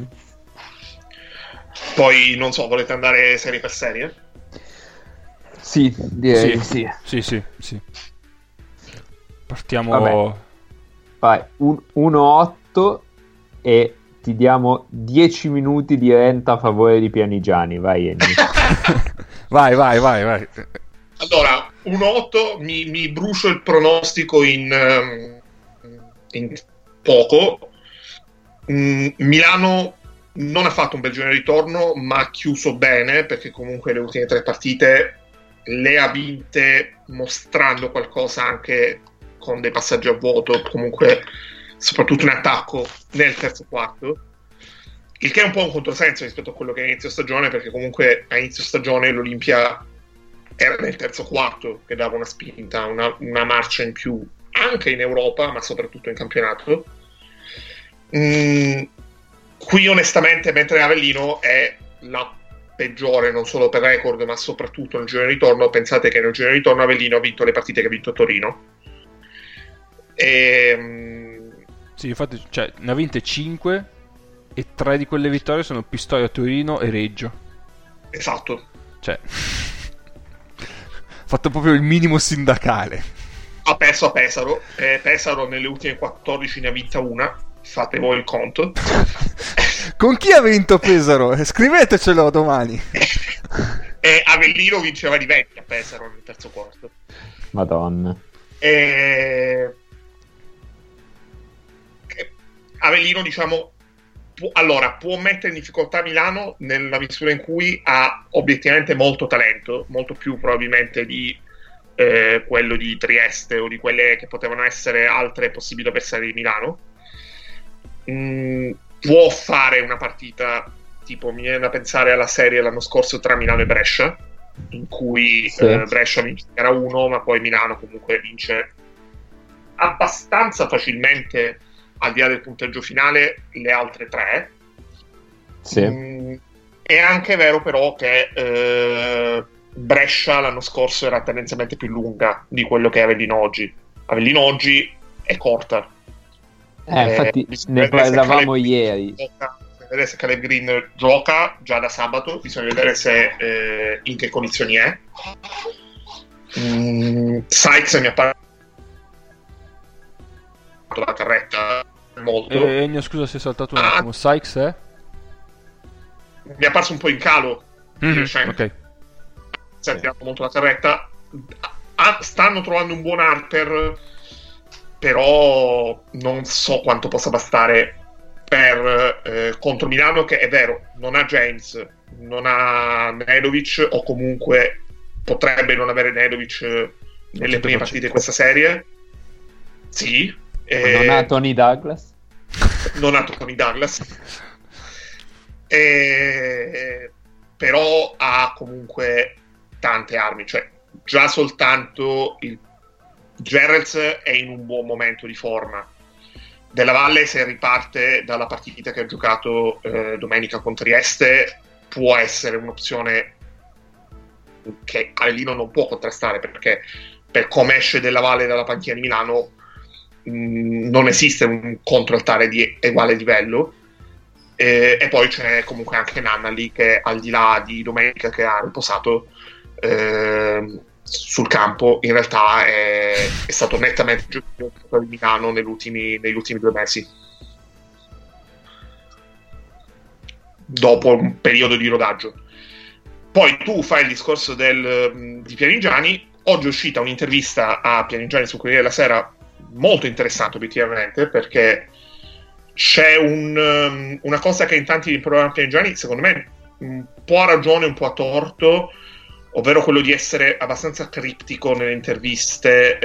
Poi non so, volete andare serie per serie? Sì, direi sì. Sì. Partiamo. Vabbè. Vai, 1-8 e ti diamo 10 minuti di renta a favore di Pianigiani. Vai, Ennio. vai. Allora, 1-8, mi brucio il pronostico in poco. Milano non ha fatto un bel girone di ritorno, ma ha chiuso bene, perché comunque le ultime 3 partite le ha vinte mostrando qualcosa anche con dei passaggi a vuoto, comunque soprattutto in attacco nel terzo quarto, il che è un po' un controsenso rispetto a quello che è inizio stagione, perché comunque a inizio stagione l'Olimpia era nel terzo quarto che dava una spinta, una marcia in più anche in Europa, ma soprattutto in campionato. Qui onestamente, mentre Avellino è la peggiore non solo per record ma soprattutto nel girone di ritorno, pensate che nel girone di ritorno Avellino ha vinto le partite che ha vinto Torino. Sì, infatti, cioè, ne ha vinte 5 e 3 di quelle vittorie sono Pistoia, Torino e Reggio. Esatto. Cioè, fatto proprio il minimo sindacale. Ha perso a Pesaro. Pesaro nelle ultime 14 ne ha vinta una. Fate voi il conto. Con chi ha vinto Pesaro? Scrivetecelo domani. E Avellino vinceva di 20 a Pesaro nel terzo quarto. Madonna. Avellino, diciamo, può mettere in difficoltà Milano nella misura in cui ha obiettivamente molto talento, molto più probabilmente di quello di Trieste o di quelle che potevano essere altre possibili avversarie di Milano. Può fare una partita tipo, mi viene da pensare alla serie l'anno scorso tra Milano e Brescia, in cui sì. Brescia vince era 1, ma poi Milano comunque vince abbastanza facilmente, al di là del punteggio finale, le altre 3. Sì. È anche vero però che Brescia l'anno scorso era tendenzialmente più lunga di quello che è Avellino oggi. Avellino oggi è corta. Infatti ne parlavamo ieri. Bisogna vedere se Caleb Green gioca già da sabato, bisogna vedere se in che condizioni è. Sykes mi ha parlato la carretta molto. Ennio, scusa se hai saltato un attimo. Sykes è? Mi è apparso un po' in calo. Ok. Si è tirato molto la carretta. Stanno trovando un buon Harper, però non so quanto possa bastare per contro Milano, che è vero, non ha James, non ha Nedovic, o comunque potrebbe non avere Nedovic nelle prime partite di questa serie. Sì. Non ha Tony Douglas. Non ha Tony Douglas. Però ha comunque tante armi, cioè già soltanto il Gerrels è in un buon momento di forma. Della Valle, se riparte dalla partita che ha giocato domenica con Trieste, può essere un'opzione che Avellino non può contrastare, perché per come esce Della Valle dalla panchina di Milano non esiste un controaltare di uguale livello. E poi c'è comunque anche Nannali, che al di là di domenica che ha riposato sul campo, in realtà è stato nettamente giocato di Milano negli ultimi 2 mesi, dopo un periodo di rodaggio. Poi tu fai il discorso di Pianigiani. Oggi è uscita un'intervista a Pianigiani sul Corriere della Sera molto interessante obiettivamente, perché c'è una cosa che in tanti rimproverano Pianigiani, secondo me un po' a ragione, un po' a torto, ovvero quello di essere abbastanza criptico nelle interviste,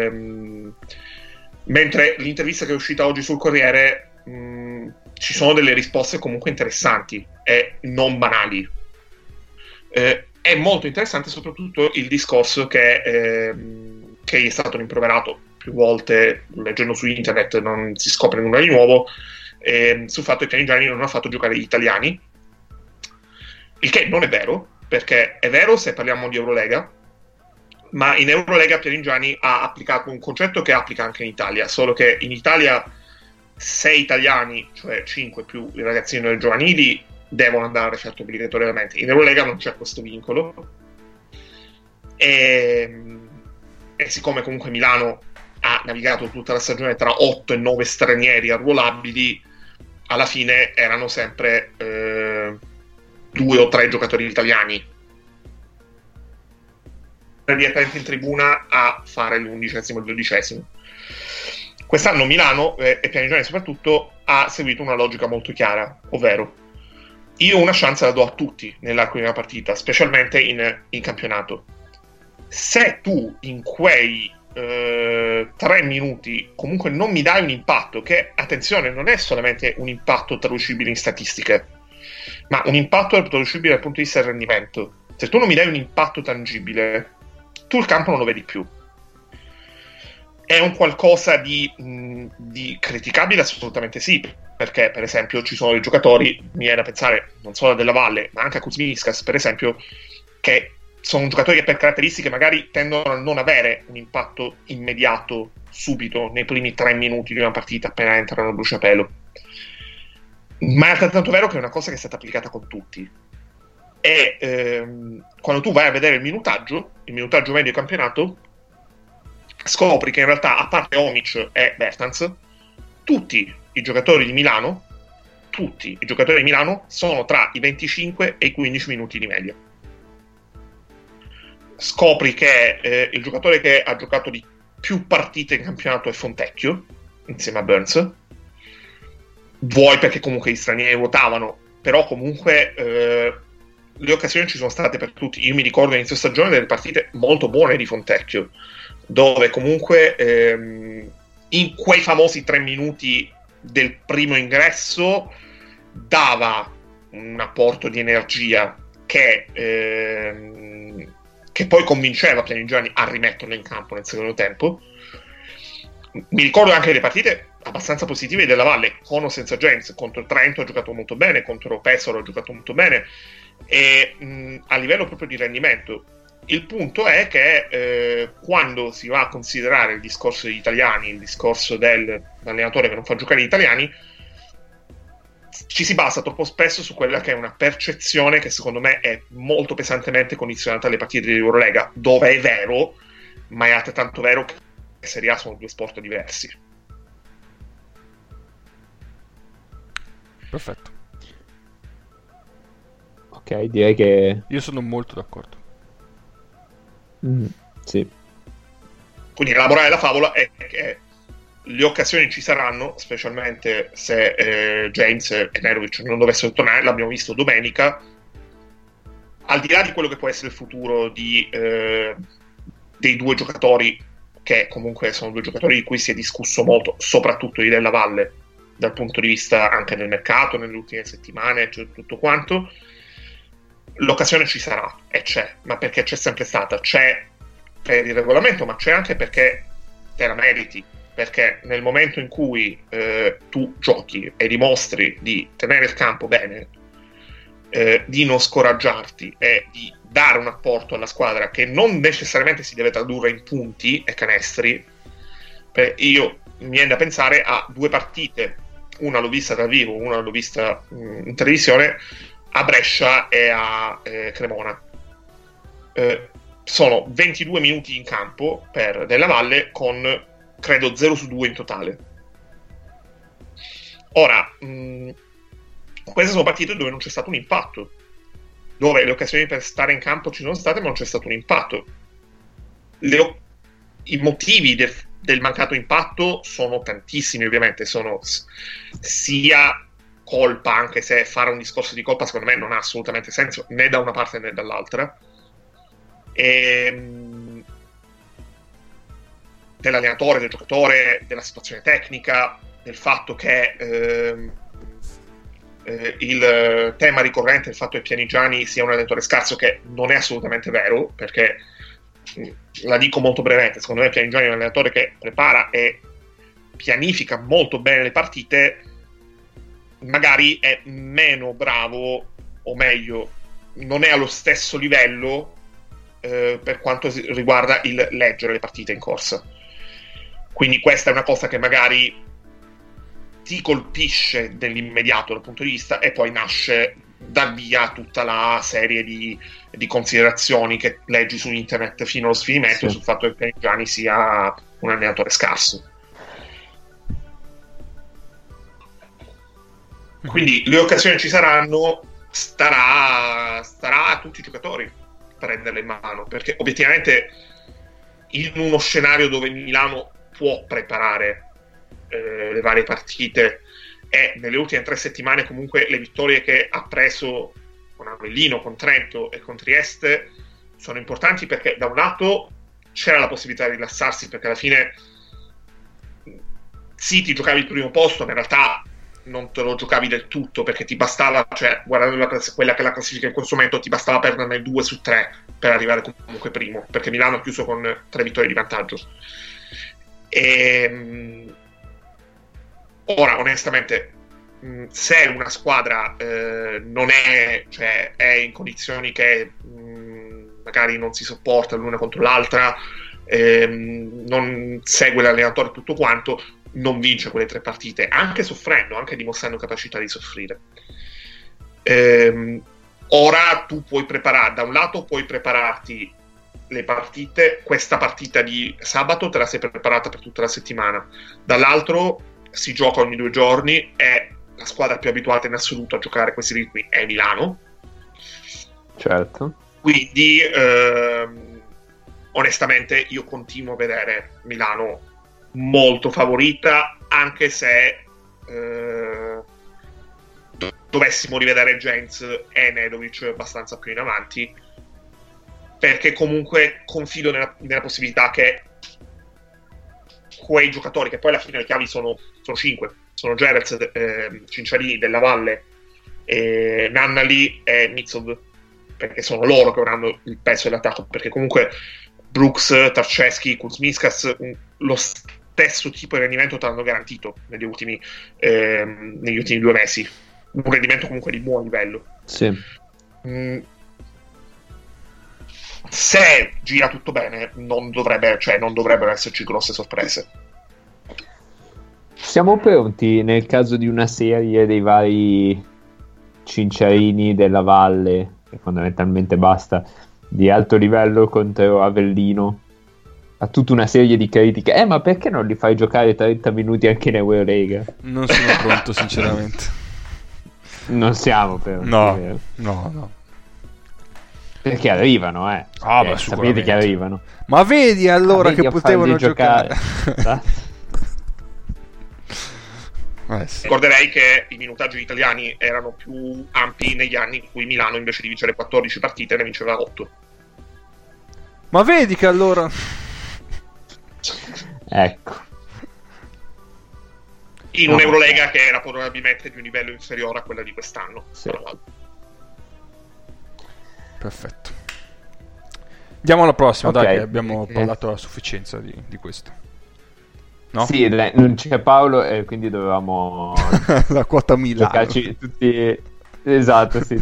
mentre l'intervista che è uscita oggi sul Corriere ci sono delle risposte comunque interessanti e non banali. È molto interessante soprattutto il discorso che è stato rimproverato più volte, leggendo su internet non si scopre nulla di nuovo, sul fatto che Pianigiani non ha fatto giocare gli italiani, il che non è vero, perché è vero se parliamo di Eurolega, ma in Eurolega Pianigiani ha applicato un concetto che applica anche in Italia, solo che in Italia 6 italiani, cioè 5 più i ragazzini delle giovanili, devono andare certo obbligatoriamente. In Eurolega non c'è questo vincolo, e siccome comunque Milano ha navigato tutta la stagione tra 8 e 9 stranieri arruolabili, alla fine erano sempre 2 o 3 giocatori italiani direttamente in tribuna a fare l'11° e il 12°. Quest'anno Milano, e Pianigiani soprattutto, ha seguito una logica molto chiara, ovvero io una chance la do a tutti nell'arco di una partita, specialmente in campionato. Se tu in quei 3 minuti comunque non mi dai un impatto, che attenzione non è solamente un impatto traducibile in statistiche, ma un impatto traducibile dal punto di vista del rendimento. Se tu non mi dai un impatto tangibile, tu il campo non lo vedi più. È un qualcosa di criticabile? Assolutamente sì, perché per esempio ci sono dei giocatori, mi viene da pensare non solo a Della Valle ma anche a Kuzminskas per esempio, che sono giocatori che per caratteristiche magari tendono a non avere un impatto immediato subito nei primi 3 minuti di una partita appena entrano a bruciapelo, ma è altrettanto vero che è una cosa che è stata applicata con tutti. E quando tu vai a vedere il minutaggio medio del campionato, scopri che in realtà, a parte Omic e Bertans, tutti i giocatori di Milano sono tra i 25 e i 15 minuti di media. Scopri che il giocatore che ha giocato di più partite in campionato è Fontecchio, insieme a Burns. Vuoi perché comunque gli stranieri votavano, però comunque le occasioni ci sono state per tutti. Io mi ricordo all'inizio stagione delle partite molto buone di Fontecchio, dove comunque in quei famosi 3 minuti del primo ingresso dava un apporto di energia che poi convinceva Pianigiani a rimetterlo in campo nel secondo tempo. Mi ricordo anche le partite abbastanza positive della Valle, con o senza James. Contro Trento ha giocato molto bene, contro Pesaro ha giocato molto bene, e a livello proprio di rendimento. Il punto è che quando si va a considerare il discorso degli italiani, il discorso dell'allenatore che non fa giocare gli italiani, ci si basa troppo spesso su quella che è una percezione che secondo me è molto pesantemente condizionata alle partite di Eurolega, dove è vero, ma è altrettanto vero che Serie A sono 2 sport diversi. Perfetto. Ok, direi che... Io sono molto d'accordo. Sì. Quindi la morale della favola è che le occasioni ci saranno, specialmente se James e Nerovic non dovessero tornare. L'abbiamo visto domenica. Al di là di quello che può essere il futuro dei 2 giocatori, che comunque sono 2 giocatori di cui si è discusso molto, soprattutto di Della Valle, dal punto di vista anche del mercato, nelle ultime settimane, cioè tutto quanto, l'occasione ci sarà e c'è, ma perché c'è sempre stata, c'è per il regolamento, ma c'è anche perché te la meriti, perché nel momento in cui tu giochi e dimostri di tenere il campo bene, di non scoraggiarti e di dare un apporto alla squadra che non necessariamente si deve tradurre in punti e canestri. Io mi viene da pensare a 2 partite, una l'ho vista dal vivo, una l'ho vista in televisione, a Brescia e a Cremona. Sono 22 minuti in campo per Della Valle con credo 0 su 2 in totale. Ora queste sono partite dove non c'è stato un impatto, dove le occasioni per stare in campo ci sono state ma non c'è stato un impatto. I motivi del mancato impatto sono tantissimi, ovviamente. Sono sia colpa, anche se fare un discorso di colpa secondo me non ha assolutamente senso né da una parte né dall'altra, dell'allenatore, del giocatore, della situazione tecnica, del fatto che il tema ricorrente, il fatto che Pianigiani sia un allenatore scarso, che non è assolutamente vero, perché la dico molto brevemente, secondo me Pianigiani è un allenatore che prepara e pianifica molto bene le partite, magari è meno bravo, o meglio non è allo stesso livello per quanto riguarda il leggere le partite in corsa. Quindi questa è una cosa che magari ti colpisce nell'immediato dal punto di vista, e poi nasce da via tutta la serie di considerazioni che leggi su internet fino allo sfinimento, sì, sul fatto che Pianigiani sia un allenatore scarso. Quindi le occasioni ci saranno, starà a tutti i giocatori prenderle in mano, perché obiettivamente in uno scenario dove Milano può preparare le varie partite, e nelle ultime 3 settimane comunque le vittorie che ha preso con Avellino, con Trento e con Trieste sono importanti, perché da un lato c'era la possibilità di rilassarsi, perché alla fine sì, ti giocavi il primo posto, ma in realtà non te lo giocavi del tutto, perché ti bastava, cioè guardando quella che è la classifica in questo momento, ti bastava perderne 2 su 3 per arrivare comunque primo, perché Milano ha chiuso con 3 vittorie di vantaggio. Ora onestamente, se una squadra non è, cioè è in condizioni che magari non si sopporta l'una contro l'altra, non segue l'allenatore, tutto quanto, non vince quelle 3 partite, anche soffrendo, anche dimostrando capacità di soffrire. Ora tu puoi preparare, da un lato puoi prepararti le partite, questa partita di sabato te la sei preparata per tutta la settimana, dall'altro si gioca ogni 2 giorni, e la squadra più abituata in assoluto a giocare questi ritmi è Milano. Certo. Quindi onestamente io continuo a vedere Milano molto favorita, anche se dovessimo rivedere Gens e Nedovic abbastanza più in avanti, perché comunque confido nella possibilità che quei giocatori, che poi alla fine le chiavi sono 5, sono Gerets, Cinciarini, Della Valle, Nannali e Mitsov, perché sono loro che avranno il peso dell'attacco, perché comunque Brooks, Tarceschi, Kuzmiskas lo stesso tipo di rendimento te l'hanno garantito negli ultimi 2 mesi, un rendimento comunque di buon livello. Sì. Se gira tutto bene non dovrebbero esserci grosse sorprese. Siamo pronti nel caso di una serie dei vari Cinciarini, Della Valle, che fondamentalmente basta, di alto livello contro Avellino, a tutta una serie di critiche. Ma perché non li fai giocare 30 minuti anche in Eurolega? Non sono pronto sinceramente. Non siamo pronti. No. Perché arrivano, sapete che arrivano. Ma vedi allora che potevano giocare. Sì. Ricorderei che i minutaggi italiani erano più ampi negli anni in cui Milano, invece di vincere 14 partite, ne vinceva 8. Ma vedi che allora... Ecco. In un'Eurolega che era probabilmente di un livello inferiore a quella di quest'anno. Sì. Perfetto. Andiamo alla prossima, Okay. dai, che abbiamo parlato a sufficienza di questo. No? Sì, non c'è Paolo e quindi dovevamo la quota Milano. giocarci tutti. Esatto, sì.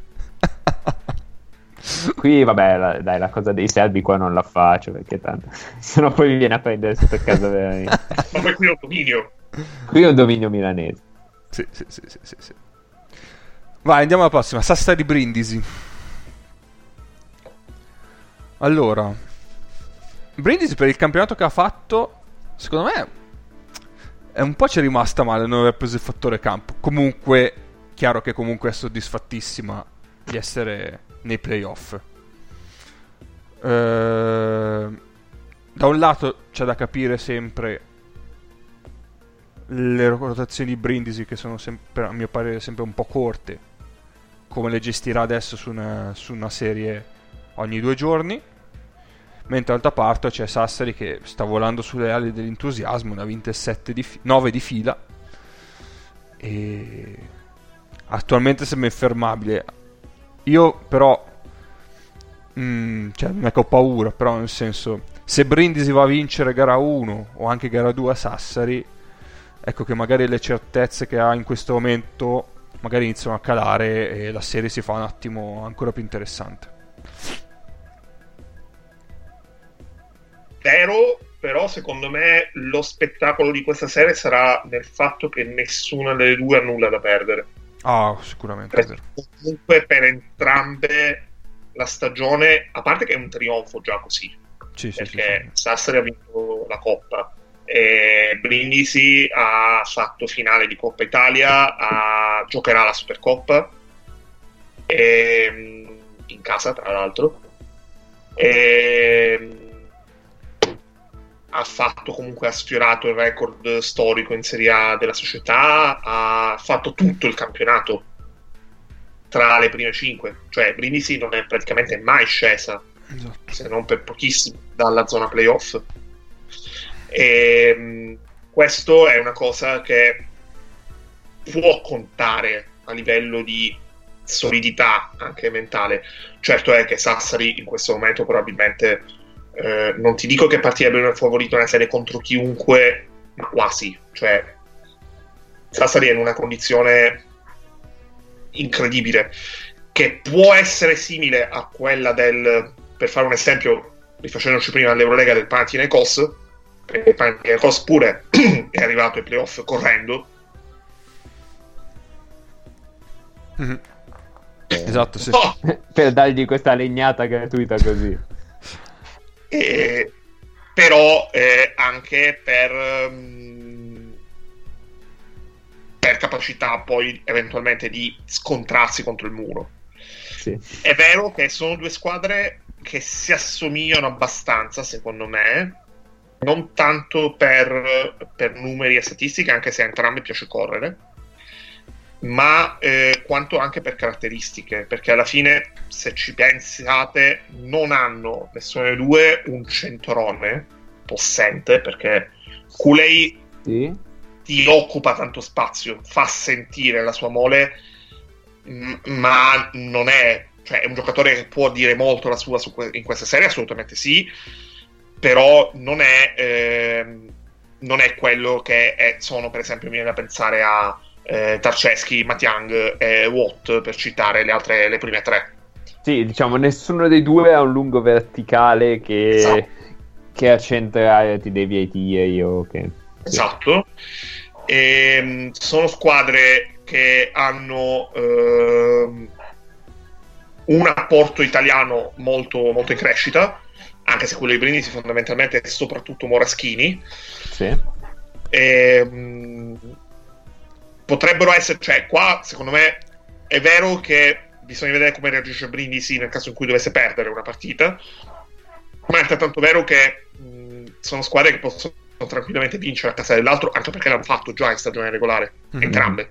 Qui vabbè, la cosa dei serbi qua non la faccio, perché tanto sennò poi mi viene a prendere sotto casa veramente. Ma poi qui è un dominio. Qui è un dominio milanese. Sì. Vai, andiamo alla prossima. Sassari Brindisi. Allora, Brindisi per il campionato che ha fatto, secondo me è un po' ci è rimasta male non aver preso il fattore campo. Comunque, chiaro che comunque è soddisfattissima di essere nei playoff. Da un lato c'è da capire sempre le rotazioni Brindisi, che sono sempre, a mio parere, sempre un po' corte, come le gestirà adesso su una serie ogni 2 giorni. Mentre d'altra parte c'è Sassari che sta volando sulle ali dell'entusiasmo, ne ha vinte 9 di fila e attualmente sembra infermabile. Io però non è che ho paura, però nel senso, se Brindisi va a vincere gara 1 o anche gara 2 a Sassari, ecco che magari le certezze che ha in questo momento magari iniziano a calare e la serie si fa un attimo ancora più interessante. Vero, però secondo me lo spettacolo di questa serie sarà nel fatto che nessuna delle due ha nulla da perdere. Sicuramente è vero. Comunque per entrambe la stagione, a parte che è un trionfo già così, perché Sassari ha vinto la Coppa e Brindisi ha fatto finale di Coppa Italia, giocherà la Supercoppa in casa tra l'altro, ha sfiorato il record storico in Serie A della società, ha fatto tutto il campionato tra le prime 5, cioè Brindisi non è praticamente mai scesa, Esatto. se non per pochissimo, dalla zona playoff. E questo è una cosa che può contare a livello di solidità anche mentale. Certo è che Sassari in questo momento probabilmente non ti dico che partirebbe un favorito nella serie contro chiunque, ma quasi, cioè Sassari è in una condizione incredibile che può essere simile a quella per fare un esempio, rifacendoci prima all'Eurolega, del Panathinaikos, perché il Panathinaikos pure è arrivato ai playoff correndo. Mhm. Esatto, sì. No! Per dargli questa legnata gratuita così. Però anche per capacità poi eventualmente di scontrarsi contro il muro. Sì. È vero che sono due squadre che si assomigliano abbastanza, secondo me, non tanto per numeri e statistiche, anche se a entrambe piace correre, ma quanto anche per caratteristiche, perché alla fine, se ci pensate, non hanno nessuno dei due un centrone possente, perché Cooley Sì. ti occupa tanto spazio, fa sentire la sua mole, ma non è, cioè è un giocatore che può dire molto la sua in questa serie, assolutamente sì, però non è quello che sono, per esempio, mi viene da pensare a Tarceschi, Matiang e Watt, per citare le prime tre. Sì, diciamo, nessuno dei due ha un lungo verticale Esatto. che a centrare ti devi ai tiri o che... Sì. Esatto. Sono squadre che hanno un apporto italiano molto, molto in crescita, anche se quello di Brindisi fondamentalmente è soprattutto Moraschini. Sì. Potrebbero essere, cioè qua secondo me è vero che bisogna vedere come reagisce Brindisi nel caso in cui dovesse perdere una partita, ma è altrettanto vero che sono squadre che possono tranquillamente vincere a casa dell'altro, anche perché l'hanno fatto già in stagione regolare, entrambe.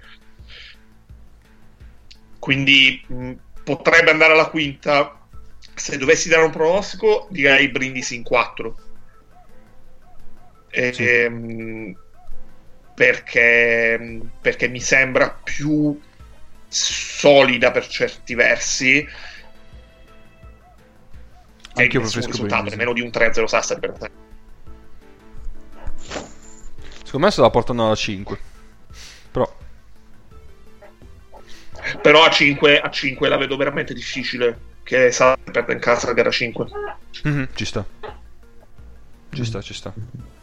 Quindi potrebbe andare alla quinta. Se dovessi dare un pronostico, direi Brindisi in 4. Perché mi sembra più solida per certi versi. Anche io nessun preferisco risultato, Brindisi. nemmeno di un 3-0 Sassari, per esempio. Secondo me se la portano alla 5. Però a 5 la vedo veramente difficile, che Sassari perde in casa a gara 5. Ci sta. Ci sta.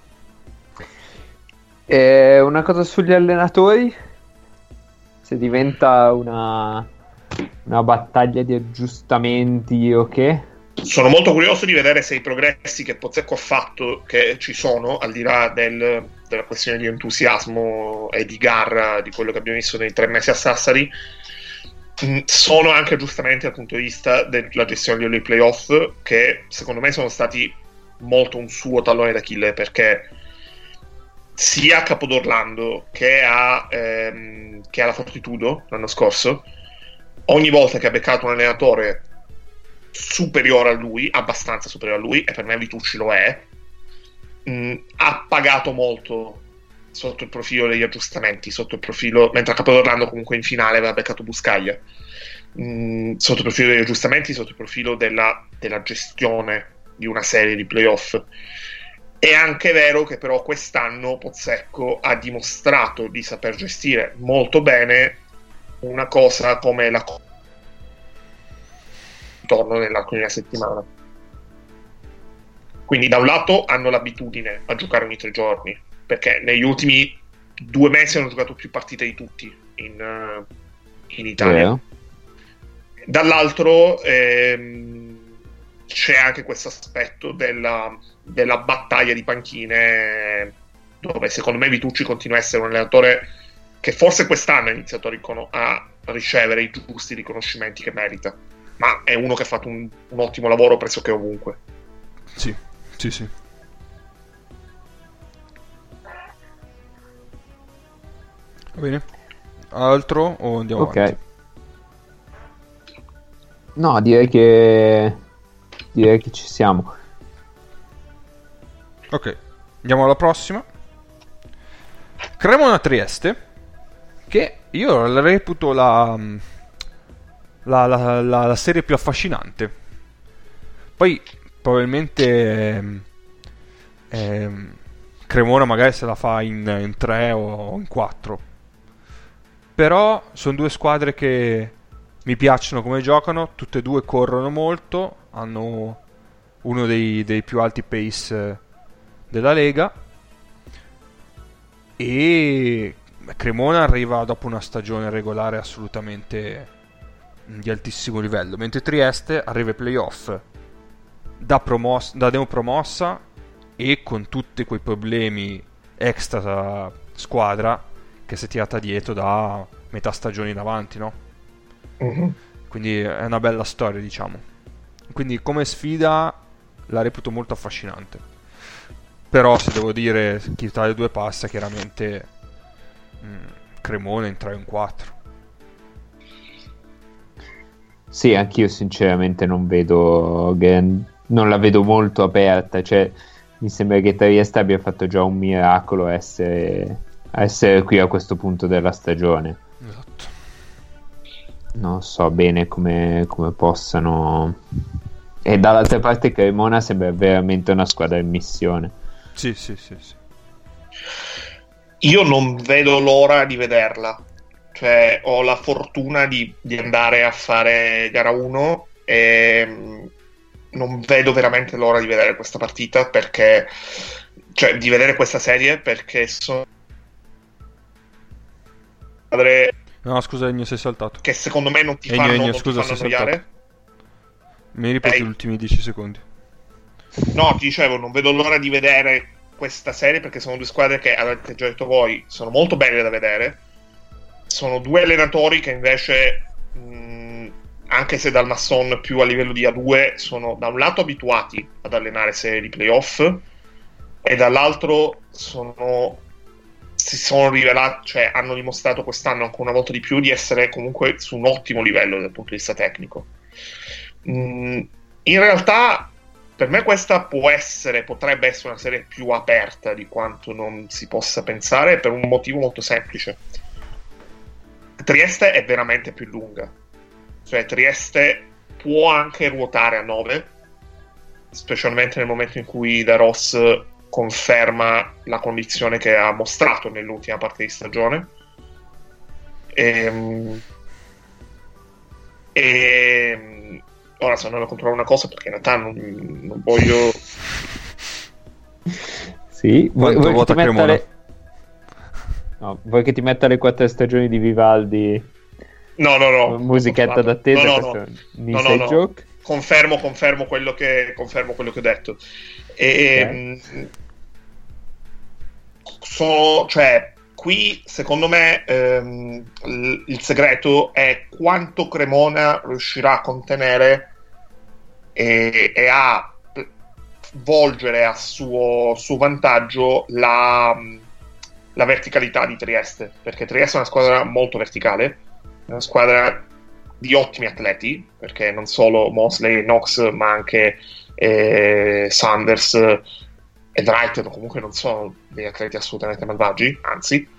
Una cosa sugli allenatori, se diventa una battaglia di aggiustamenti o che? Sono molto curioso di vedere se i progressi che Pozzecco ha fatto, che ci sono, al di là della questione di entusiasmo e di garra di quello che abbiamo visto nei 3 mesi a Sassari, sono anche aggiustamenti dal punto di vista della gestione dei playoff, che secondo me sono stati molto un suo tallone d'Achille, perché sia a Capodorlando che alla Fortitudo l'anno scorso, ogni volta che ha beccato un allenatore superiore a lui, abbastanza superiore a lui, e per me Vitucci lo è, ha pagato molto sotto il profilo degli aggiustamenti, sotto il profilo, mentre a Capodorlando comunque in finale aveva beccato Buscaglia, sotto il profilo degli aggiustamenti, sotto il profilo della gestione di una serie di playoff. È anche vero che però quest'anno Pozzecco ha dimostrato di saper gestire molto bene una cosa come la intorno nell'arco di una settimana. Quindi da un lato hanno l'abitudine a giocare ogni 3 giorni, perché negli ultimi 2 mesi hanno giocato più partite di tutti in Italia. Dall'altro c'è anche questo aspetto della battaglia di panchine, dove secondo me Vitucci continua a essere un allenatore che forse quest'anno ha iniziato a ricevere i giusti riconoscimenti che merita, ma è uno che ha fatto un ottimo lavoro pressoché ovunque. Sì. Va bene. Altro o andiamo Ok. avanti? No, direi che ci siamo. Ok, andiamo alla prossima. Cremona Trieste, che io la reputo la serie più affascinante. Poi probabilmente Cremona magari se la fa in 3 o in 4. Però sono due squadre che mi piacciono come giocano, tutte e due corrono molto, hanno uno dei più alti pace della Lega, e Cremona arriva dopo una stagione regolare assolutamente di altissimo livello, mentre Trieste arriva ai playoff da neopromossa e con tutti quei problemi extra squadra che si è tirata dietro da metà stagione in avanti, no? Mhm. Quindi è una bella storia, diciamo. Quindi come sfida la reputo molto affascinante. Però se devo dire chi tra le due passa, chiaramente Cremona in 3 o in 4. Sì, anch'io sinceramente non la vedo molto aperta, cioè mi sembra che Trieste abbia fatto già un miracolo a essere qui a questo punto della stagione. Esatto. Non so bene come possano. E dall'altra parte Cremona sembra veramente una squadra in missione. Sì. Io non vedo l'ora di vederla. Cioè, ho la fortuna di andare a fare gara 1 e non vedo veramente l'ora di vedere questa partita, perché cioè di vedere questa serie, perché sono No, scusa, Ennio, sei saltato. che secondo me non ti Ennio, fanno, Ennio, non ti scusa, fanno sei annoiare. Mi ripeti Ehi. gli ultimi 10 secondi. No, ti dicevo, non vedo l'ora di vedere questa serie, perché sono due squadre che, avete già detto voi, sono molto belle da vedere. Sono due allenatori che invece, anche se dal Masson più a livello di A2, sono da un lato abituati ad allenare serie di playoff e dall'altro si sono rivelati, cioè hanno dimostrato quest'anno ancora una volta di più di essere comunque su un ottimo livello dal punto di vista tecnico. In realtà per me questa potrebbe essere una serie più aperta di quanto non si possa pensare, per un motivo molto semplice. Trieste è veramente più lunga, cioè Trieste può anche ruotare a 9, specialmente nel momento in cui Da Ross conferma la condizione che ha mostrato nell'ultima parte di stagione. Ora sto andando a controllare una cosa, perché in realtà non voglio. Sì, Quanto vuoi che vota ti metta Cremona? No, vuoi che ti metta le 4 stagioni di Vivaldi? No. Musichetta d'attesa, No. questo è un inside joke. Confermo quello che ho detto. Cioè, qui secondo me il segreto è quanto Cremona riuscirà a contenere e a volgere a suo vantaggio la verticalità di Trieste, perché Trieste è una squadra molto verticale, è una squadra di ottimi atleti, perché non solo Mosley e Knox, ma anche Sanders e Wright comunque non sono degli atleti assolutamente malvagi, anzi.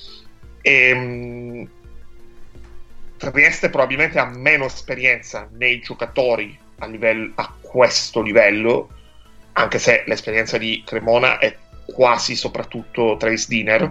Trieste probabilmente ha meno esperienza nei giocatori a questo livello, anche se l'esperienza di Cremona è quasi soprattutto Trace Diner.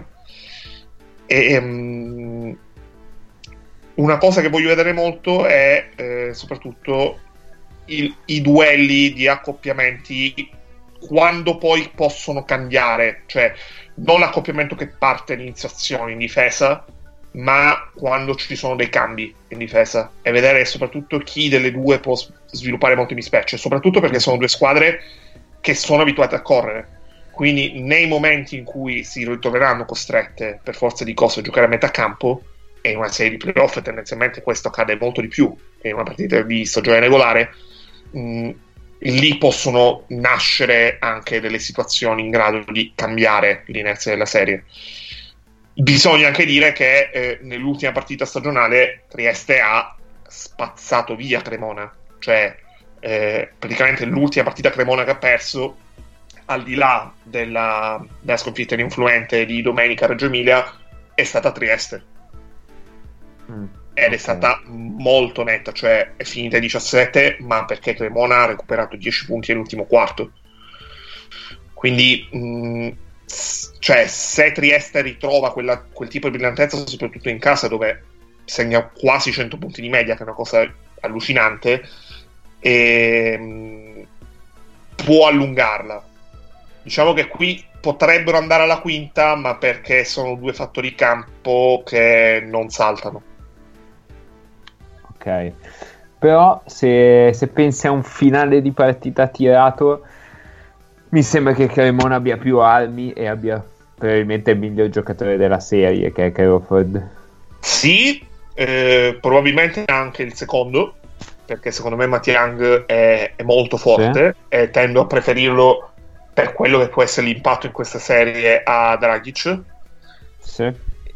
Una cosa che voglio vedere molto è soprattutto i duelli di accoppiamenti, quando poi possono cambiare, cioè non l'accoppiamento che parte all'iniziazione in difesa, ma quando ci sono dei cambi in difesa, e vedere soprattutto chi delle due può sviluppare molti mismatch, soprattutto perché sono due squadre che sono abituate a correre, quindi nei momenti in cui si ritroveranno costrette per forza di cose a giocare a metà campo, e in una serie di playoff tendenzialmente questo accade molto di più che in una partita di stagione regolare, lì possono nascere anche delle situazioni in grado di cambiare l'inerzia della serie. Bisogna anche dire che nell'ultima partita stagionale Trieste ha spazzato via Cremona, cioè praticamente l'ultima partita Cremona che ha perso, al di là della sconfitta ininfluente di domenica a Reggio Emilia, è stata Trieste. Ed è stata molto netta, cioè è finita 17, ma perché Cremona ha recuperato 10 punti nell'ultimo quarto. Quindi cioè, se Trieste ritrova quel tipo di brillantezza, soprattutto in casa dove segna quasi 100 punti di media, che è una cosa allucinante, può allungarla. Diciamo che qui potrebbero andare alla quinta, ma perché sono due fattori campo che non saltano. Ok, però se pensi a un finale di partita tirato, mi sembra che Cremona abbia più armi e abbia probabilmente il miglior giocatore della serie, che è Crawford. Sì, probabilmente anche il secondo, perché secondo me Matiang è molto forte, sì, e tendo a preferirlo per quello che può essere l'impatto in questa serie a Dragic. Sì.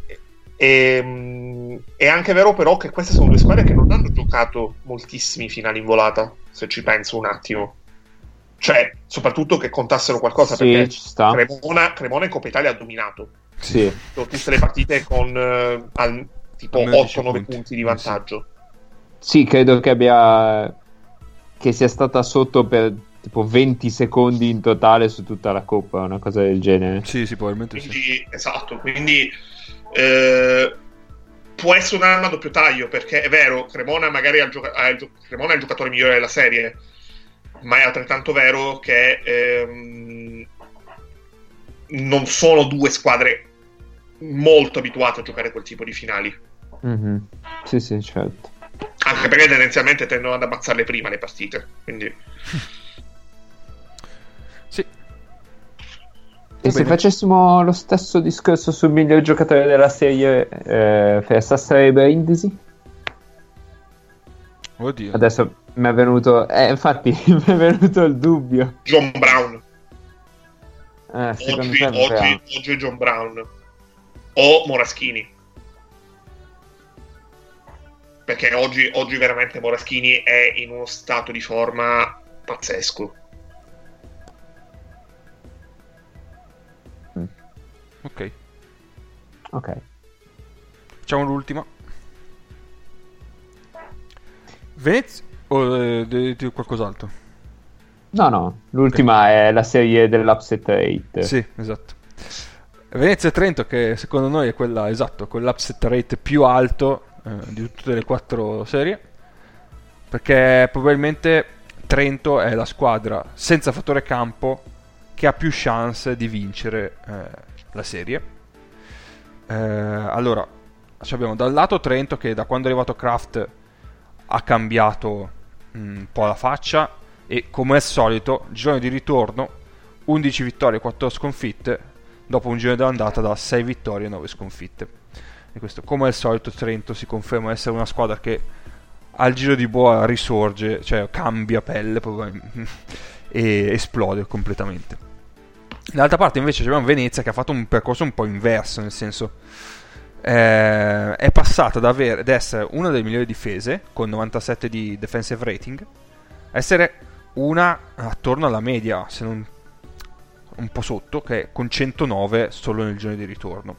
È anche vero però che queste sono due squadre che non hanno giocato moltissimi finali in volata, se ci penso un attimo. Cioè, soprattutto che contassero qualcosa, sì, perché ci sta. Cremona in Coppa Italia ha dominato. Sì. Tutte le partite con tipo 8-9 punti di vantaggio. Sì, credo che sia stata sotto per tipo 20 secondi in totale su tutta la Coppa, una cosa del genere. Sì, probabilmente quindi, sì. Esatto, quindi può essere un'arma a doppio taglio, perché è vero, Cremona magari Cremona è il giocatore migliore della serie, ma è altrettanto vero che non sono due squadre molto abituate a giocare quel tipo di finali. Mm-hmm. Sì, certo. Anche perché tendenzialmente tendono ad ammazzarle prima le partite, quindi sì. E se facessimo lo stesso discorso sul miglior giocatore della serie per Sassari Brindisi? Oddio. Adesso mi è venuto infatti mi è venuto il dubbio. John Brown. Oggi è John Brown o Moraschini, perché oggi veramente Moraschini è in uno stato di forma pazzesco. Ok. Facciamo l'ultima. Venezia o di qualcos'altro? No, l'ultima è la serie dell'Upset Rate. Sì, esatto. Venezia e Trento, che secondo noi è quella, esatto, con l'Upset Rate più alto di tutte le 4 serie, perché probabilmente Trento è la squadra senza fattore campo che ha più chance di vincere la serie. Allora, abbiamo dal lato Trento, che da quando è arrivato Kraft ha cambiato un po' la faccia, e come al solito girone di ritorno 11 vittorie, 4 sconfitte, dopo un girone dell'andata da 6 vittorie e 9 sconfitte. E questo, come al solito, Trento si conferma essere una squadra che al giro di boa risorge, cioè cambia pelle e esplode completamente. Dall'altra parte invece abbiamo Venezia, che ha fatto un percorso un po' inverso, nel senso è passata ad essere una delle migliori difese con 97 di defensive rating a essere una attorno alla media, se non un po' sotto, che è con 109 solo nel girone di ritorno.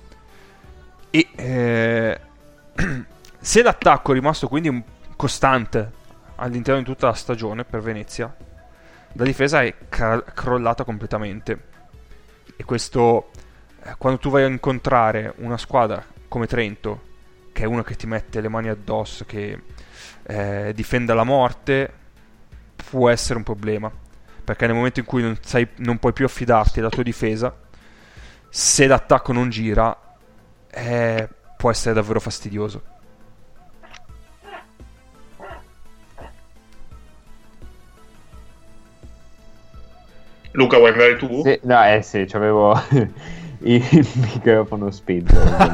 E se l'attacco è rimasto quindi costante all'interno di tutta la stagione per Venezia, la difesa è crollata completamente. E questo, quando tu vai a incontrare una squadra come Trento, che è una che ti mette le mani addosso, che difende la morte, può essere un problema, perché nel momento in cui non puoi più affidarti alla tua difesa, se l'attacco non gira, può essere davvero fastidioso. Luca, vuoi andare tu? Sì, no, sì, c'avevo il microfono spento.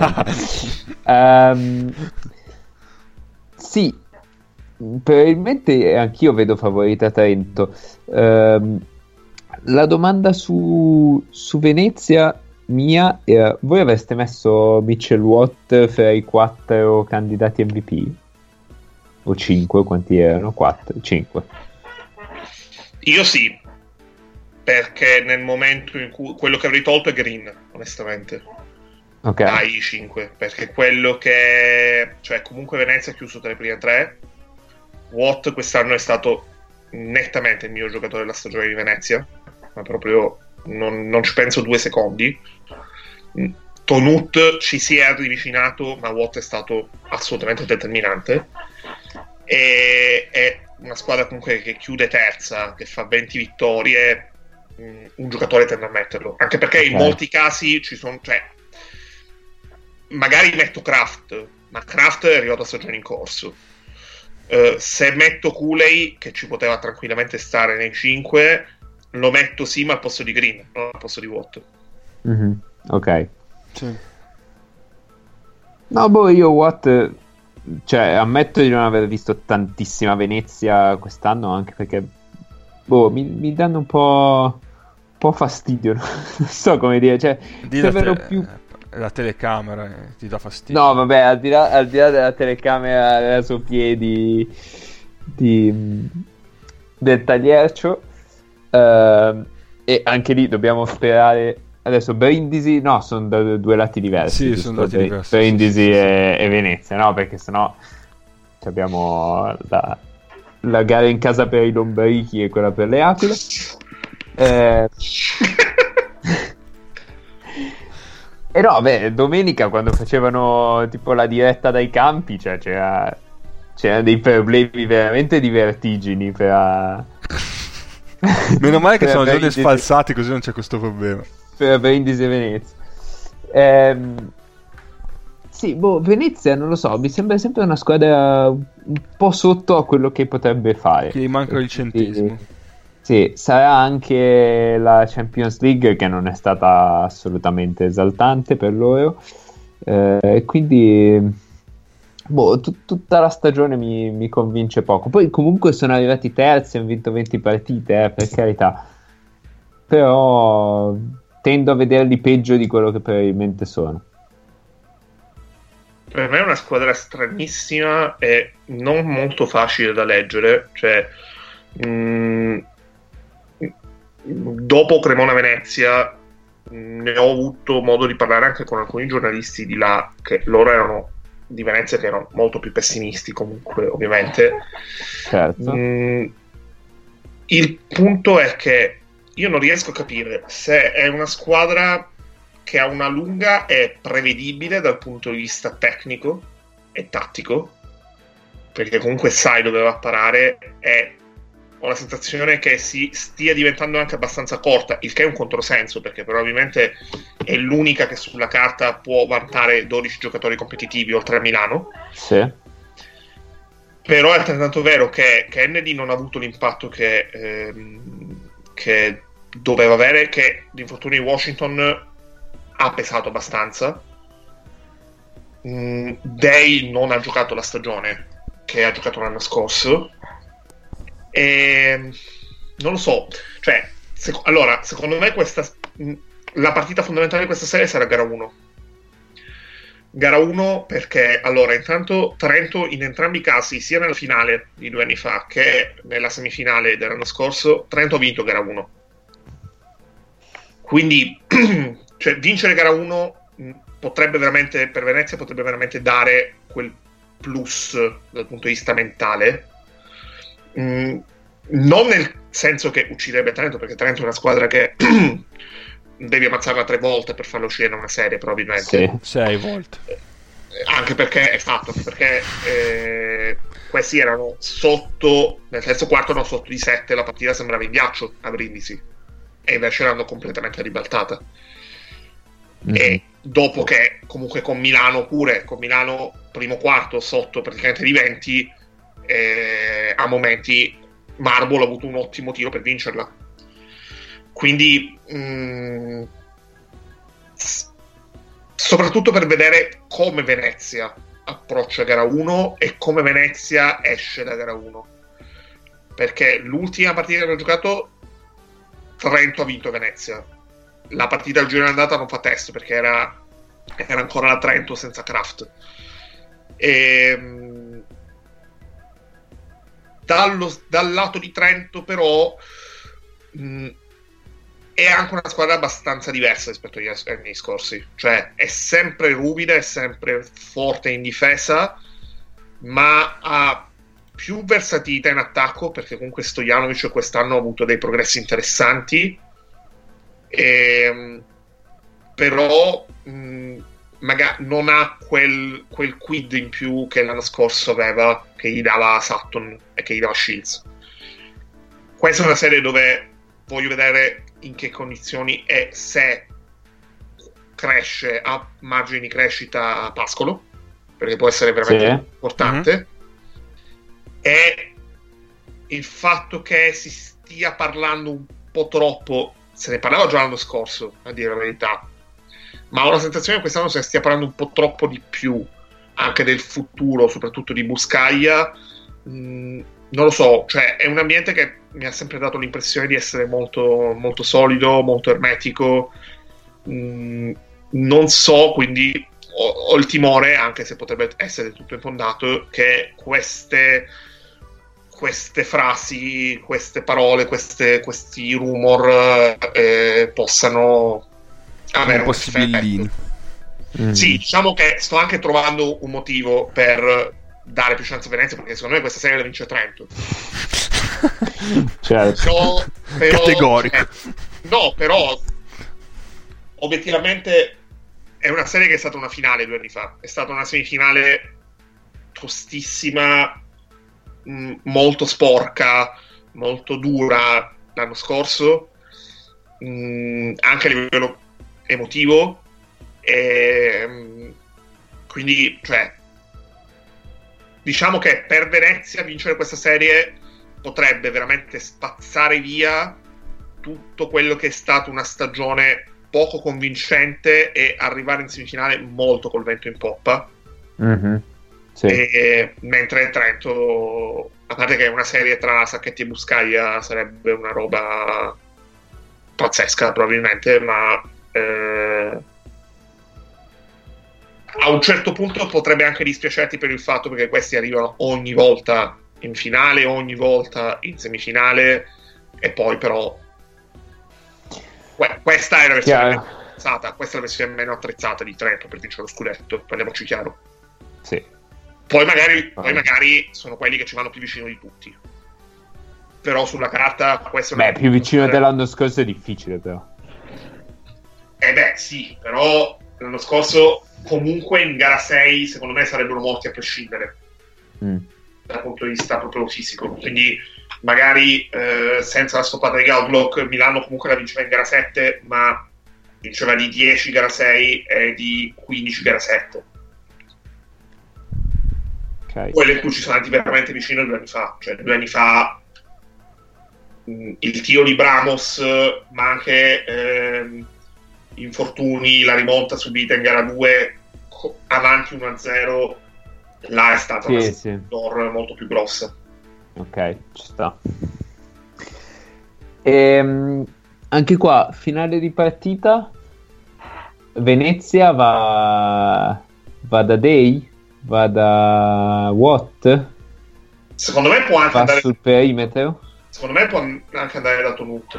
Sì, probabilmente anch'io vedo favorita Trento. La domanda su Venezia mia era: voi avreste messo Mitchell Watt fra i 4 candidati MVP? O 5, quanti erano? 4, 5. Io sì, perché nel momento in cui quello che avrei tolto è Green, onestamente. Ok. Dai 5, perché quello che... cioè comunque Venezia ha chiuso tra le prime 3. Watt quest'anno è stato nettamente il miglior giocatore della stagione di Venezia, ma proprio non ci penso 2 secondi. Tonut ci si è avvicinato, ma Watt è stato assolutamente determinante. E è una squadra comunque che chiude terza, che fa 20 vittorie, un giocatore tende a metterlo, anche perché in molti casi ci sono, cioè magari metto Kraft, ma Kraft è arrivato a stagione in corso. Se metto Cooley, che ci poteva tranquillamente stare nei 5, lo metto sì, ma al posto di Green, non al posto di Watt. Mm-hmm. Ok. Sì. No, boh, io Watt, cioè, ammetto di non aver visto tantissima Venezia quest'anno, anche perché boh, mi danno un po' fastidio, non so come dire, cioè sembrano più... La telecamera ti dà fastidio. No, vabbè, al di là della telecamera sui piedi del tagliercio, e anche lì dobbiamo sperare. Adesso Brindisi, no, sono da 2 lati diversi. Sì, sono lati diversi. Brindisi e Venezia, no? Perché sennò abbiamo la gara in casa per i lombrichi e quella per le aquile. E no, beh, domenica quando facevano tipo la diretta dai campi, cioè c'erano dei problemi veramente di vertigini per... Meno male che sono già Brindisi, sfalsati, così non c'è questo problema. Per Brindisi e Venezia. Sì, boh, Venezia non lo so, mi sembra sempre una squadra un po' sotto a quello che potrebbe fare. Che gli manca il centesimo. Sì, sarà anche la Champions League che non è stata assolutamente esaltante per loro, quindi boh, tutta la stagione mi convince poco. Poi comunque sono arrivati terzi, hanno vinto 20 partite, per carità, però tendo a vederli peggio di quello che probabilmente sono. Per me è una squadra stranissima e non molto facile da leggere, cioè dopo Cremona-Venezia ne ho avuto modo di parlare anche con alcuni giornalisti di là, che loro erano di Venezia, che erano molto più pessimisti comunque, ovviamente. Certo. Il punto è che io non riesco a capire se è una squadra che a una lunga è prevedibile dal punto di vista tecnico e tattico, perché comunque sai dove va a parare, e ho la sensazione che si stia diventando anche abbastanza corta, il che è un controsenso, perché probabilmente è l'unica che sulla carta può vantare 12 giocatori competitivi oltre a Milano. Sì. Però è altrettanto vero che Kennedy non ha avuto l'impatto che doveva avere, che l'infortunio di Washington ha pesato abbastanza. Day non ha giocato la stagione che ha giocato l'anno scorso, e non lo so, cioè allora secondo me la partita fondamentale di questa serie sarà gara 1 perché allora intanto Trento in entrambi i casi, sia nella finale di 2 anni fa che nella semifinale dell'anno scorso, Trento ha vinto gara 1, quindi cioè vincere gara 1 potrebbe veramente, per Venezia potrebbe veramente dare quel plus dal punto di vista mentale, non nel senso che ucciderebbe Trento, perché Trento è una squadra che devi ammazzarla 3 volte per farla uscire da una serie, probabilmente. Sì. 6 volte. Anche perché questi erano sotto, nel terzo quarto erano sotto di 7, la partita sembrava in ghiaccio a Brindisi, e invece l'hanno completamente ribaltata. E dopo che comunque con Milano primo quarto sotto praticamente di 20, a momenti Marble ha avuto un ottimo tiro per vincerla, quindi soprattutto per vedere come Venezia approccia gara 1 e come Venezia esce da gara 1, perché l'ultima partita che ho giocato Trento ha vinto Venezia, la partita del girone andata non fa test perché era ancora la Trento senza Kraft. Dal lato di Trento però è anche una squadra abbastanza diversa rispetto agli anni scorsi, cioè è sempre ruvida, è sempre forte in difesa, ma ha più versatilità in attacco, perché comunque Stojanovic quest'anno ha avuto dei progressi interessanti, però magari non ha quel quid in più che l'anno scorso aveva, che gli dava Sutton e che gli dava Shields. Questa è una serie dove voglio vedere in che condizioni e se cresce, ha margini di crescita Pascolo, perché può essere veramente importante, e il fatto che si stia parlando un po' troppo, se ne parlava già l'anno scorso, a dire la verità, ma ho la sensazione che quest'anno se ne stia parlando un po' troppo di più anche del futuro, soprattutto di Buscaglia. Non lo so, cioè è un ambiente che mi ha sempre dato l'impressione di essere molto, molto solido, molto ermetico. Non so, quindi ho il timore, anche se potrebbe essere tutto infondato, che queste frasi, queste parole, questi rumor possano avere un possibillini. Sì, diciamo che sto anche trovando un motivo per dare più chance a Venezia, perché secondo me questa serie la vince Trento. Certo. Però, categorico. No, però obiettivamente è una serie che è stata una finale 2 anni fa, è stata una semifinale tostissima, molto sporca, molto dura l'anno scorso, anche a livello emotivo, e quindi, cioè, diciamo che per Venezia vincere questa serie potrebbe veramente spazzare via tutto quello che è stata una stagione poco convincente e arrivare in semifinale molto col vento in poppa. Sì. Mentre Trento, a parte che una serie tra Sacchetti e Buscaglia sarebbe una roba pazzesca probabilmente, ma a un certo punto potrebbe anche dispiacerti per il fatto perché questi arrivano ogni volta in finale, ogni volta in semifinale, e poi però questa è la versione meno attrezzata, questa è la versione meno attrezzata di Trento per vincere lo scudetto, parliamoci chiaro. Sì. Poi magari sono quelli che ci vanno più vicino di tutti, però sulla carta questo più vicino dell'anno scorso è difficile, però sì, però l'anno scorso comunque in gara 6 secondo me sarebbero morti a prescindere dal punto di vista proprio fisico, quindi magari senza la stoppata di Gaudlock Milano comunque la vinceva in gara 7, ma vinceva di 10 gara 6 e di 15 gara 7. Quello in cui ci sono andati veramente vicino 2 anni fa, cioè 2 anni fa il tiro di Bramos, ma anche infortuni, la rimonta subita in gara 2 avanti 1-0, là è stata una score molto più grossa. Ok, ci sta. Anche qua finale di partita, Venezia va da Day, va da Watt, secondo me può anche andare sul perimetro, secondo me può anche andare da Tonut.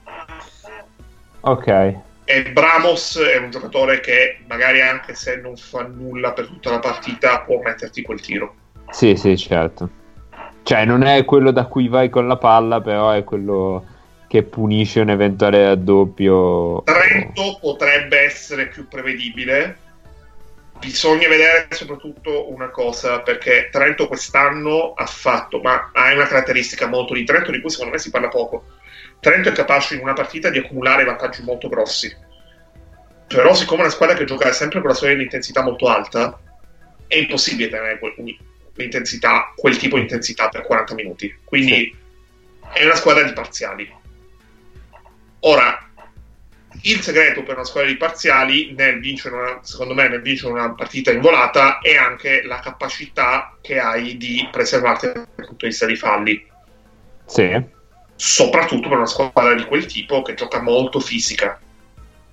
Ok. E Bramos è un giocatore che magari anche se non fa nulla per tutta la partita può metterti quel tiro. Sì, certo. Cioè non è quello da cui vai con la palla, però è quello che punisce un eventuale raddoppio. Trento potrebbe essere più prevedibile. Bisogna vedere soprattutto una cosa, perché Trento quest'anno ha fatto, ma ha una caratteristica molto di Trento di cui secondo me si parla poco. Trento è capace in una partita di accumulare vantaggi molto grossi, però siccome è una squadra che gioca sempre con la sua intensità molto alta, è impossibile tenere quel tipo di intensità per 40 minuti, quindi è una squadra di parziali. Ora, il segreto per una squadra di parziali nel vincere nel vincere una partita in volata è anche la capacità che hai di preservarti dal punto di vista dei falli. Sì. Soprattutto per una squadra di quel tipo che gioca molto fisica.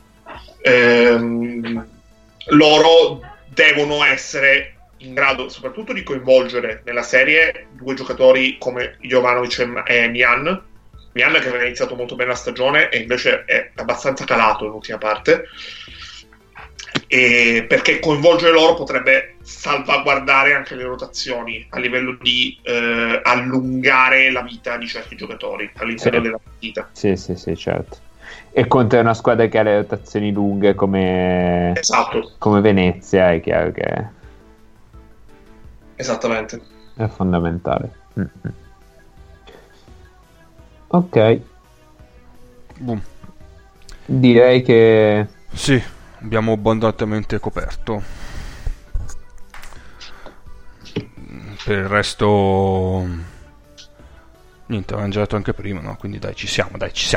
loro devono essere in grado soprattutto di coinvolgere nella serie due giocatori come Jovanovic e Mian che aveva iniziato molto bene la stagione e invece è abbastanza calato nell'ultima parte, e perché coinvolgere loro potrebbe salvaguardare anche le rotazioni a livello di allungare la vita di certi giocatori all'interno della partita. Sì, certo. E contro una squadra che ha le rotazioni lunghe come Venezia, è chiaro che esattamente è fondamentale. Ok. Boom. Direi che sì, abbiamo abbondantemente coperto. Per il resto niente, avevamo già detto anche prima, no? Quindi dai, ci siamo.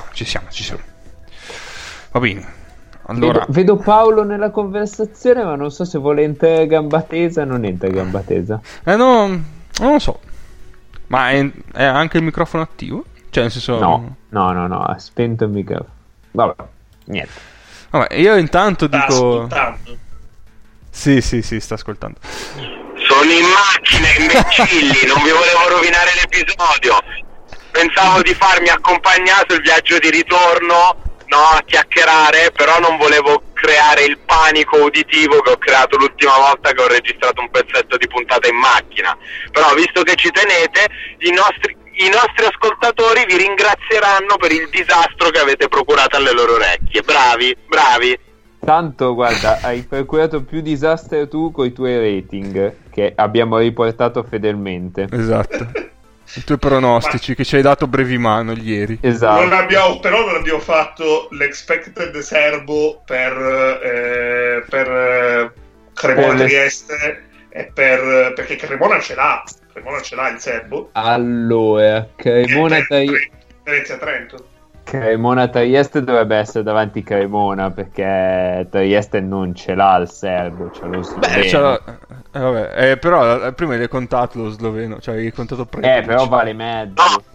Va bene. Allora vedo Paolo nella conversazione, ma non so se vuole entrare a gamba tesa o non entra a gamba tesa. No, non lo so. Ma è anche il microfono attivo? Cioè, nel senso... No, ha spento il microfono. Vabbè, niente. Vabbè, io intanto sta dico... ascoltando. Sì, sta ascoltando. Sono in macchina, imbecilli, non vi volevo rovinare l'episodio. Pensavo di farmi accompagnare sul viaggio di ritorno, a chiacchierare, però non volevo creare il panico uditivo che ho creato l'ultima volta che ho registrato un pezzetto di puntata in macchina. Però visto che ci tenete, i nostri ascoltatori vi ringrazieranno per il disastro che avete procurato alle loro orecchie. Bravi. Tanto, guarda, hai procurato più disastro tu coi tuoi rating, che abbiamo riportato fedelmente. Esatto. I tuoi pronostici che ci hai dato brevi mano ieri. Esatto. Non abbiamo fatto l'expected serbo per Cremona Trieste e perché Cremona ce l'ha il serbo. Allora, Cremona Venezia-Trento. Cremona Trieste dovrebbe essere davanti Cremona, perché Trieste non ce l'ha il serbo, ce lo sloveno. Vabbè, però prima hai contato lo sloveno, cioè hai contato prima. Però vale mezzo.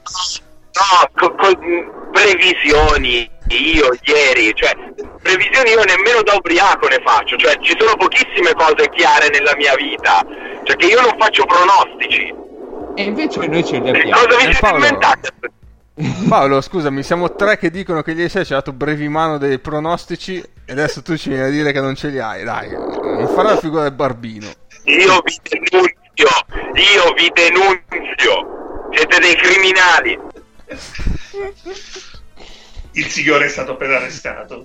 Previsioni io nemmeno da ubriaco ne faccio, cioè ci sono pochissime cose chiare nella mia vita, cioè che io non faccio pronostici. E invece noi ce li abbiamo. Cosa vi siete inventati? Paolo, scusami, siamo tre che dicono che ieri sera ci ha dato brevi mano dei pronostici e adesso tu ci vieni a dire che non ce li hai. Dai, non fare la figura del barbino. Io vi denunzio. Siete dei criminali. Il signore è stato appena arrestato.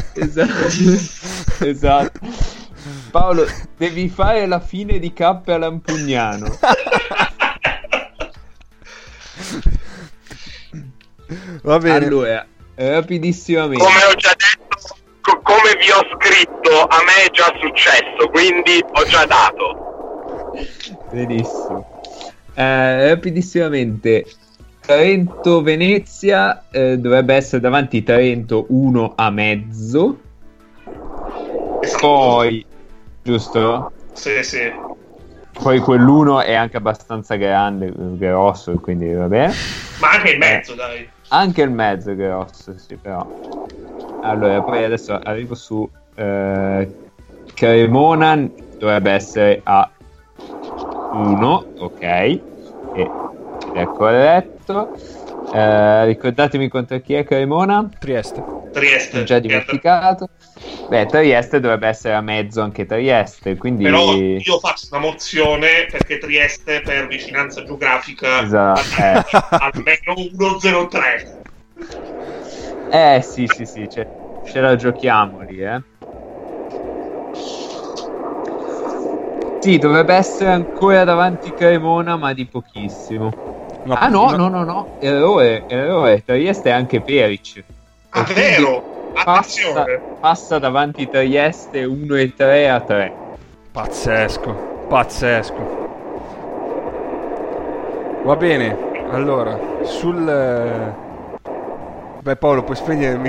Esatto. Paolo, devi fare la fine di Cappe a Lampugnano. Va bene. Allora, rapidissimamente. Come ho già detto, come vi ho scritto, a me è già successo, quindi ho già dato. Benissimo. Rapidissimamente, Trento-Venezia dovrebbe essere davanti Trento 1,5. Poi, giusto? Sì. Poi quell'1 è anche abbastanza grande, grosso, quindi va bene. Ma anche il mezzo, dai. Anche il mezzo è grosso, sì, però. Allora, poi adesso arrivo su Cremona, dovrebbe essere a 1, ok, e è corretto. Ricordatemi contro chi è Cremona? Trieste. Ho già dimenticato. Beh, Trieste dovrebbe essere a mezzo anche Trieste, quindi... Però io faccio una mozione perché Trieste per vicinanza geografica almeno 1-0-3. Sì, ce la giochiamo lì, Sì, dovrebbe essere ancora davanti Cremona, ma di pochissimo. No. Errore. Trieste è anche Peric. Ah, vero? Attenzione. Passa davanti Trieste 1-3-3. Pazzesco. Va bene. Allora, Beh, Paolo, puoi spegnere il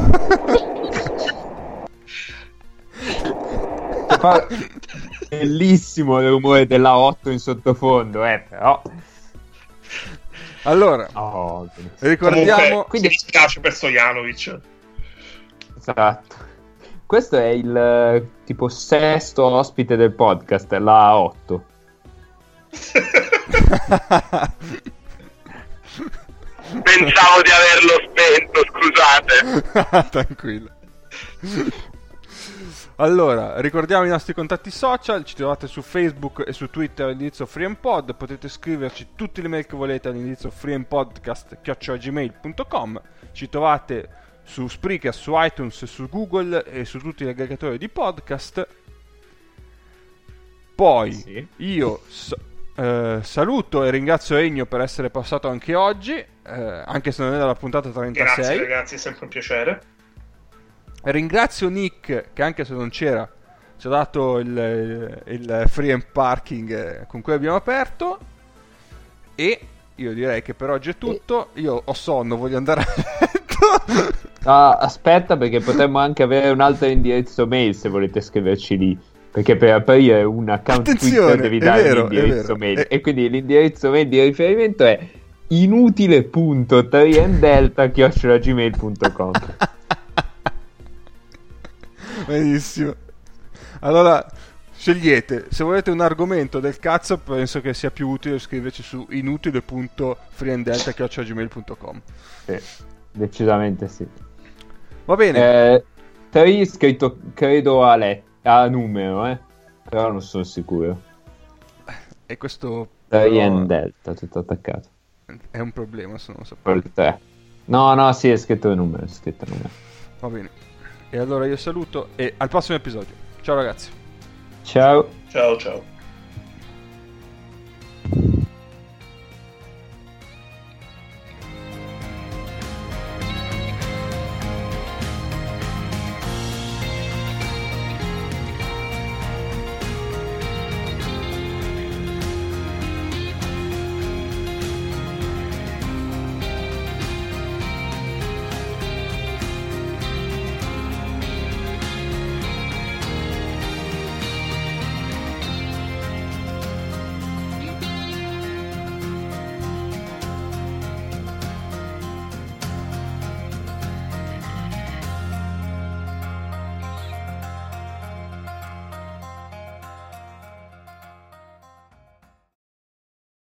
microfono. Bellissimo il rumore della 8 in sottofondo, però. Allora, ricordiamo. Quindi mi spiace per Stojanovic. Esatto. questo è il tipo sesto ospite del podcast, la 8. Pensavo di averlo spento, scusate. Tranquillo. Allora, ricordiamo i nostri contatti social, ci trovate su Facebook e su Twitter all'indirizzo FreeMPod, potete scriverci tutte le mail che volete all'indirizzo freempodcast@gmail.com, ci trovate su Spreaker, su iTunes, su Google e su tutti gli aggregatori di podcast. Poi Sì. io saluto e ringrazio Ennio per essere passato anche oggi, anche se non è dalla puntata 36. Grazie ragazzi, è sempre un piacere. Ringrazio Nick che anche se non c'era ci ha dato il free and parking con cui abbiamo aperto, e io direi che per oggi è tutto. Io ho sonno, voglio andare a letto. Aspetta, perché potremmo anche avere un altro indirizzo mail se volete scriverci lì, perché per aprire un account Attenzione, Twitter devi è dare vero, l'indirizzo è vero. mail, e quindi l'indirizzo mail di riferimento è inutile.triendelta@gmail.com. Benissimo. Allora scegliete, se volete un argomento del cazzo penso che sia più utile scriverci su inutile.freeandelta@gmail.com. Sì, decisamente sì. Va bene. Tri scritto credo a numero, però non sono sicuro. E questo Triendelta, tutto attaccato. è un problema se non lo sapevo. Col 3. No, sì, è scritto a numero, Va bene. E allora io saluto e al prossimo episodio. Ciao ragazzi. Ciao. Ciao ciao.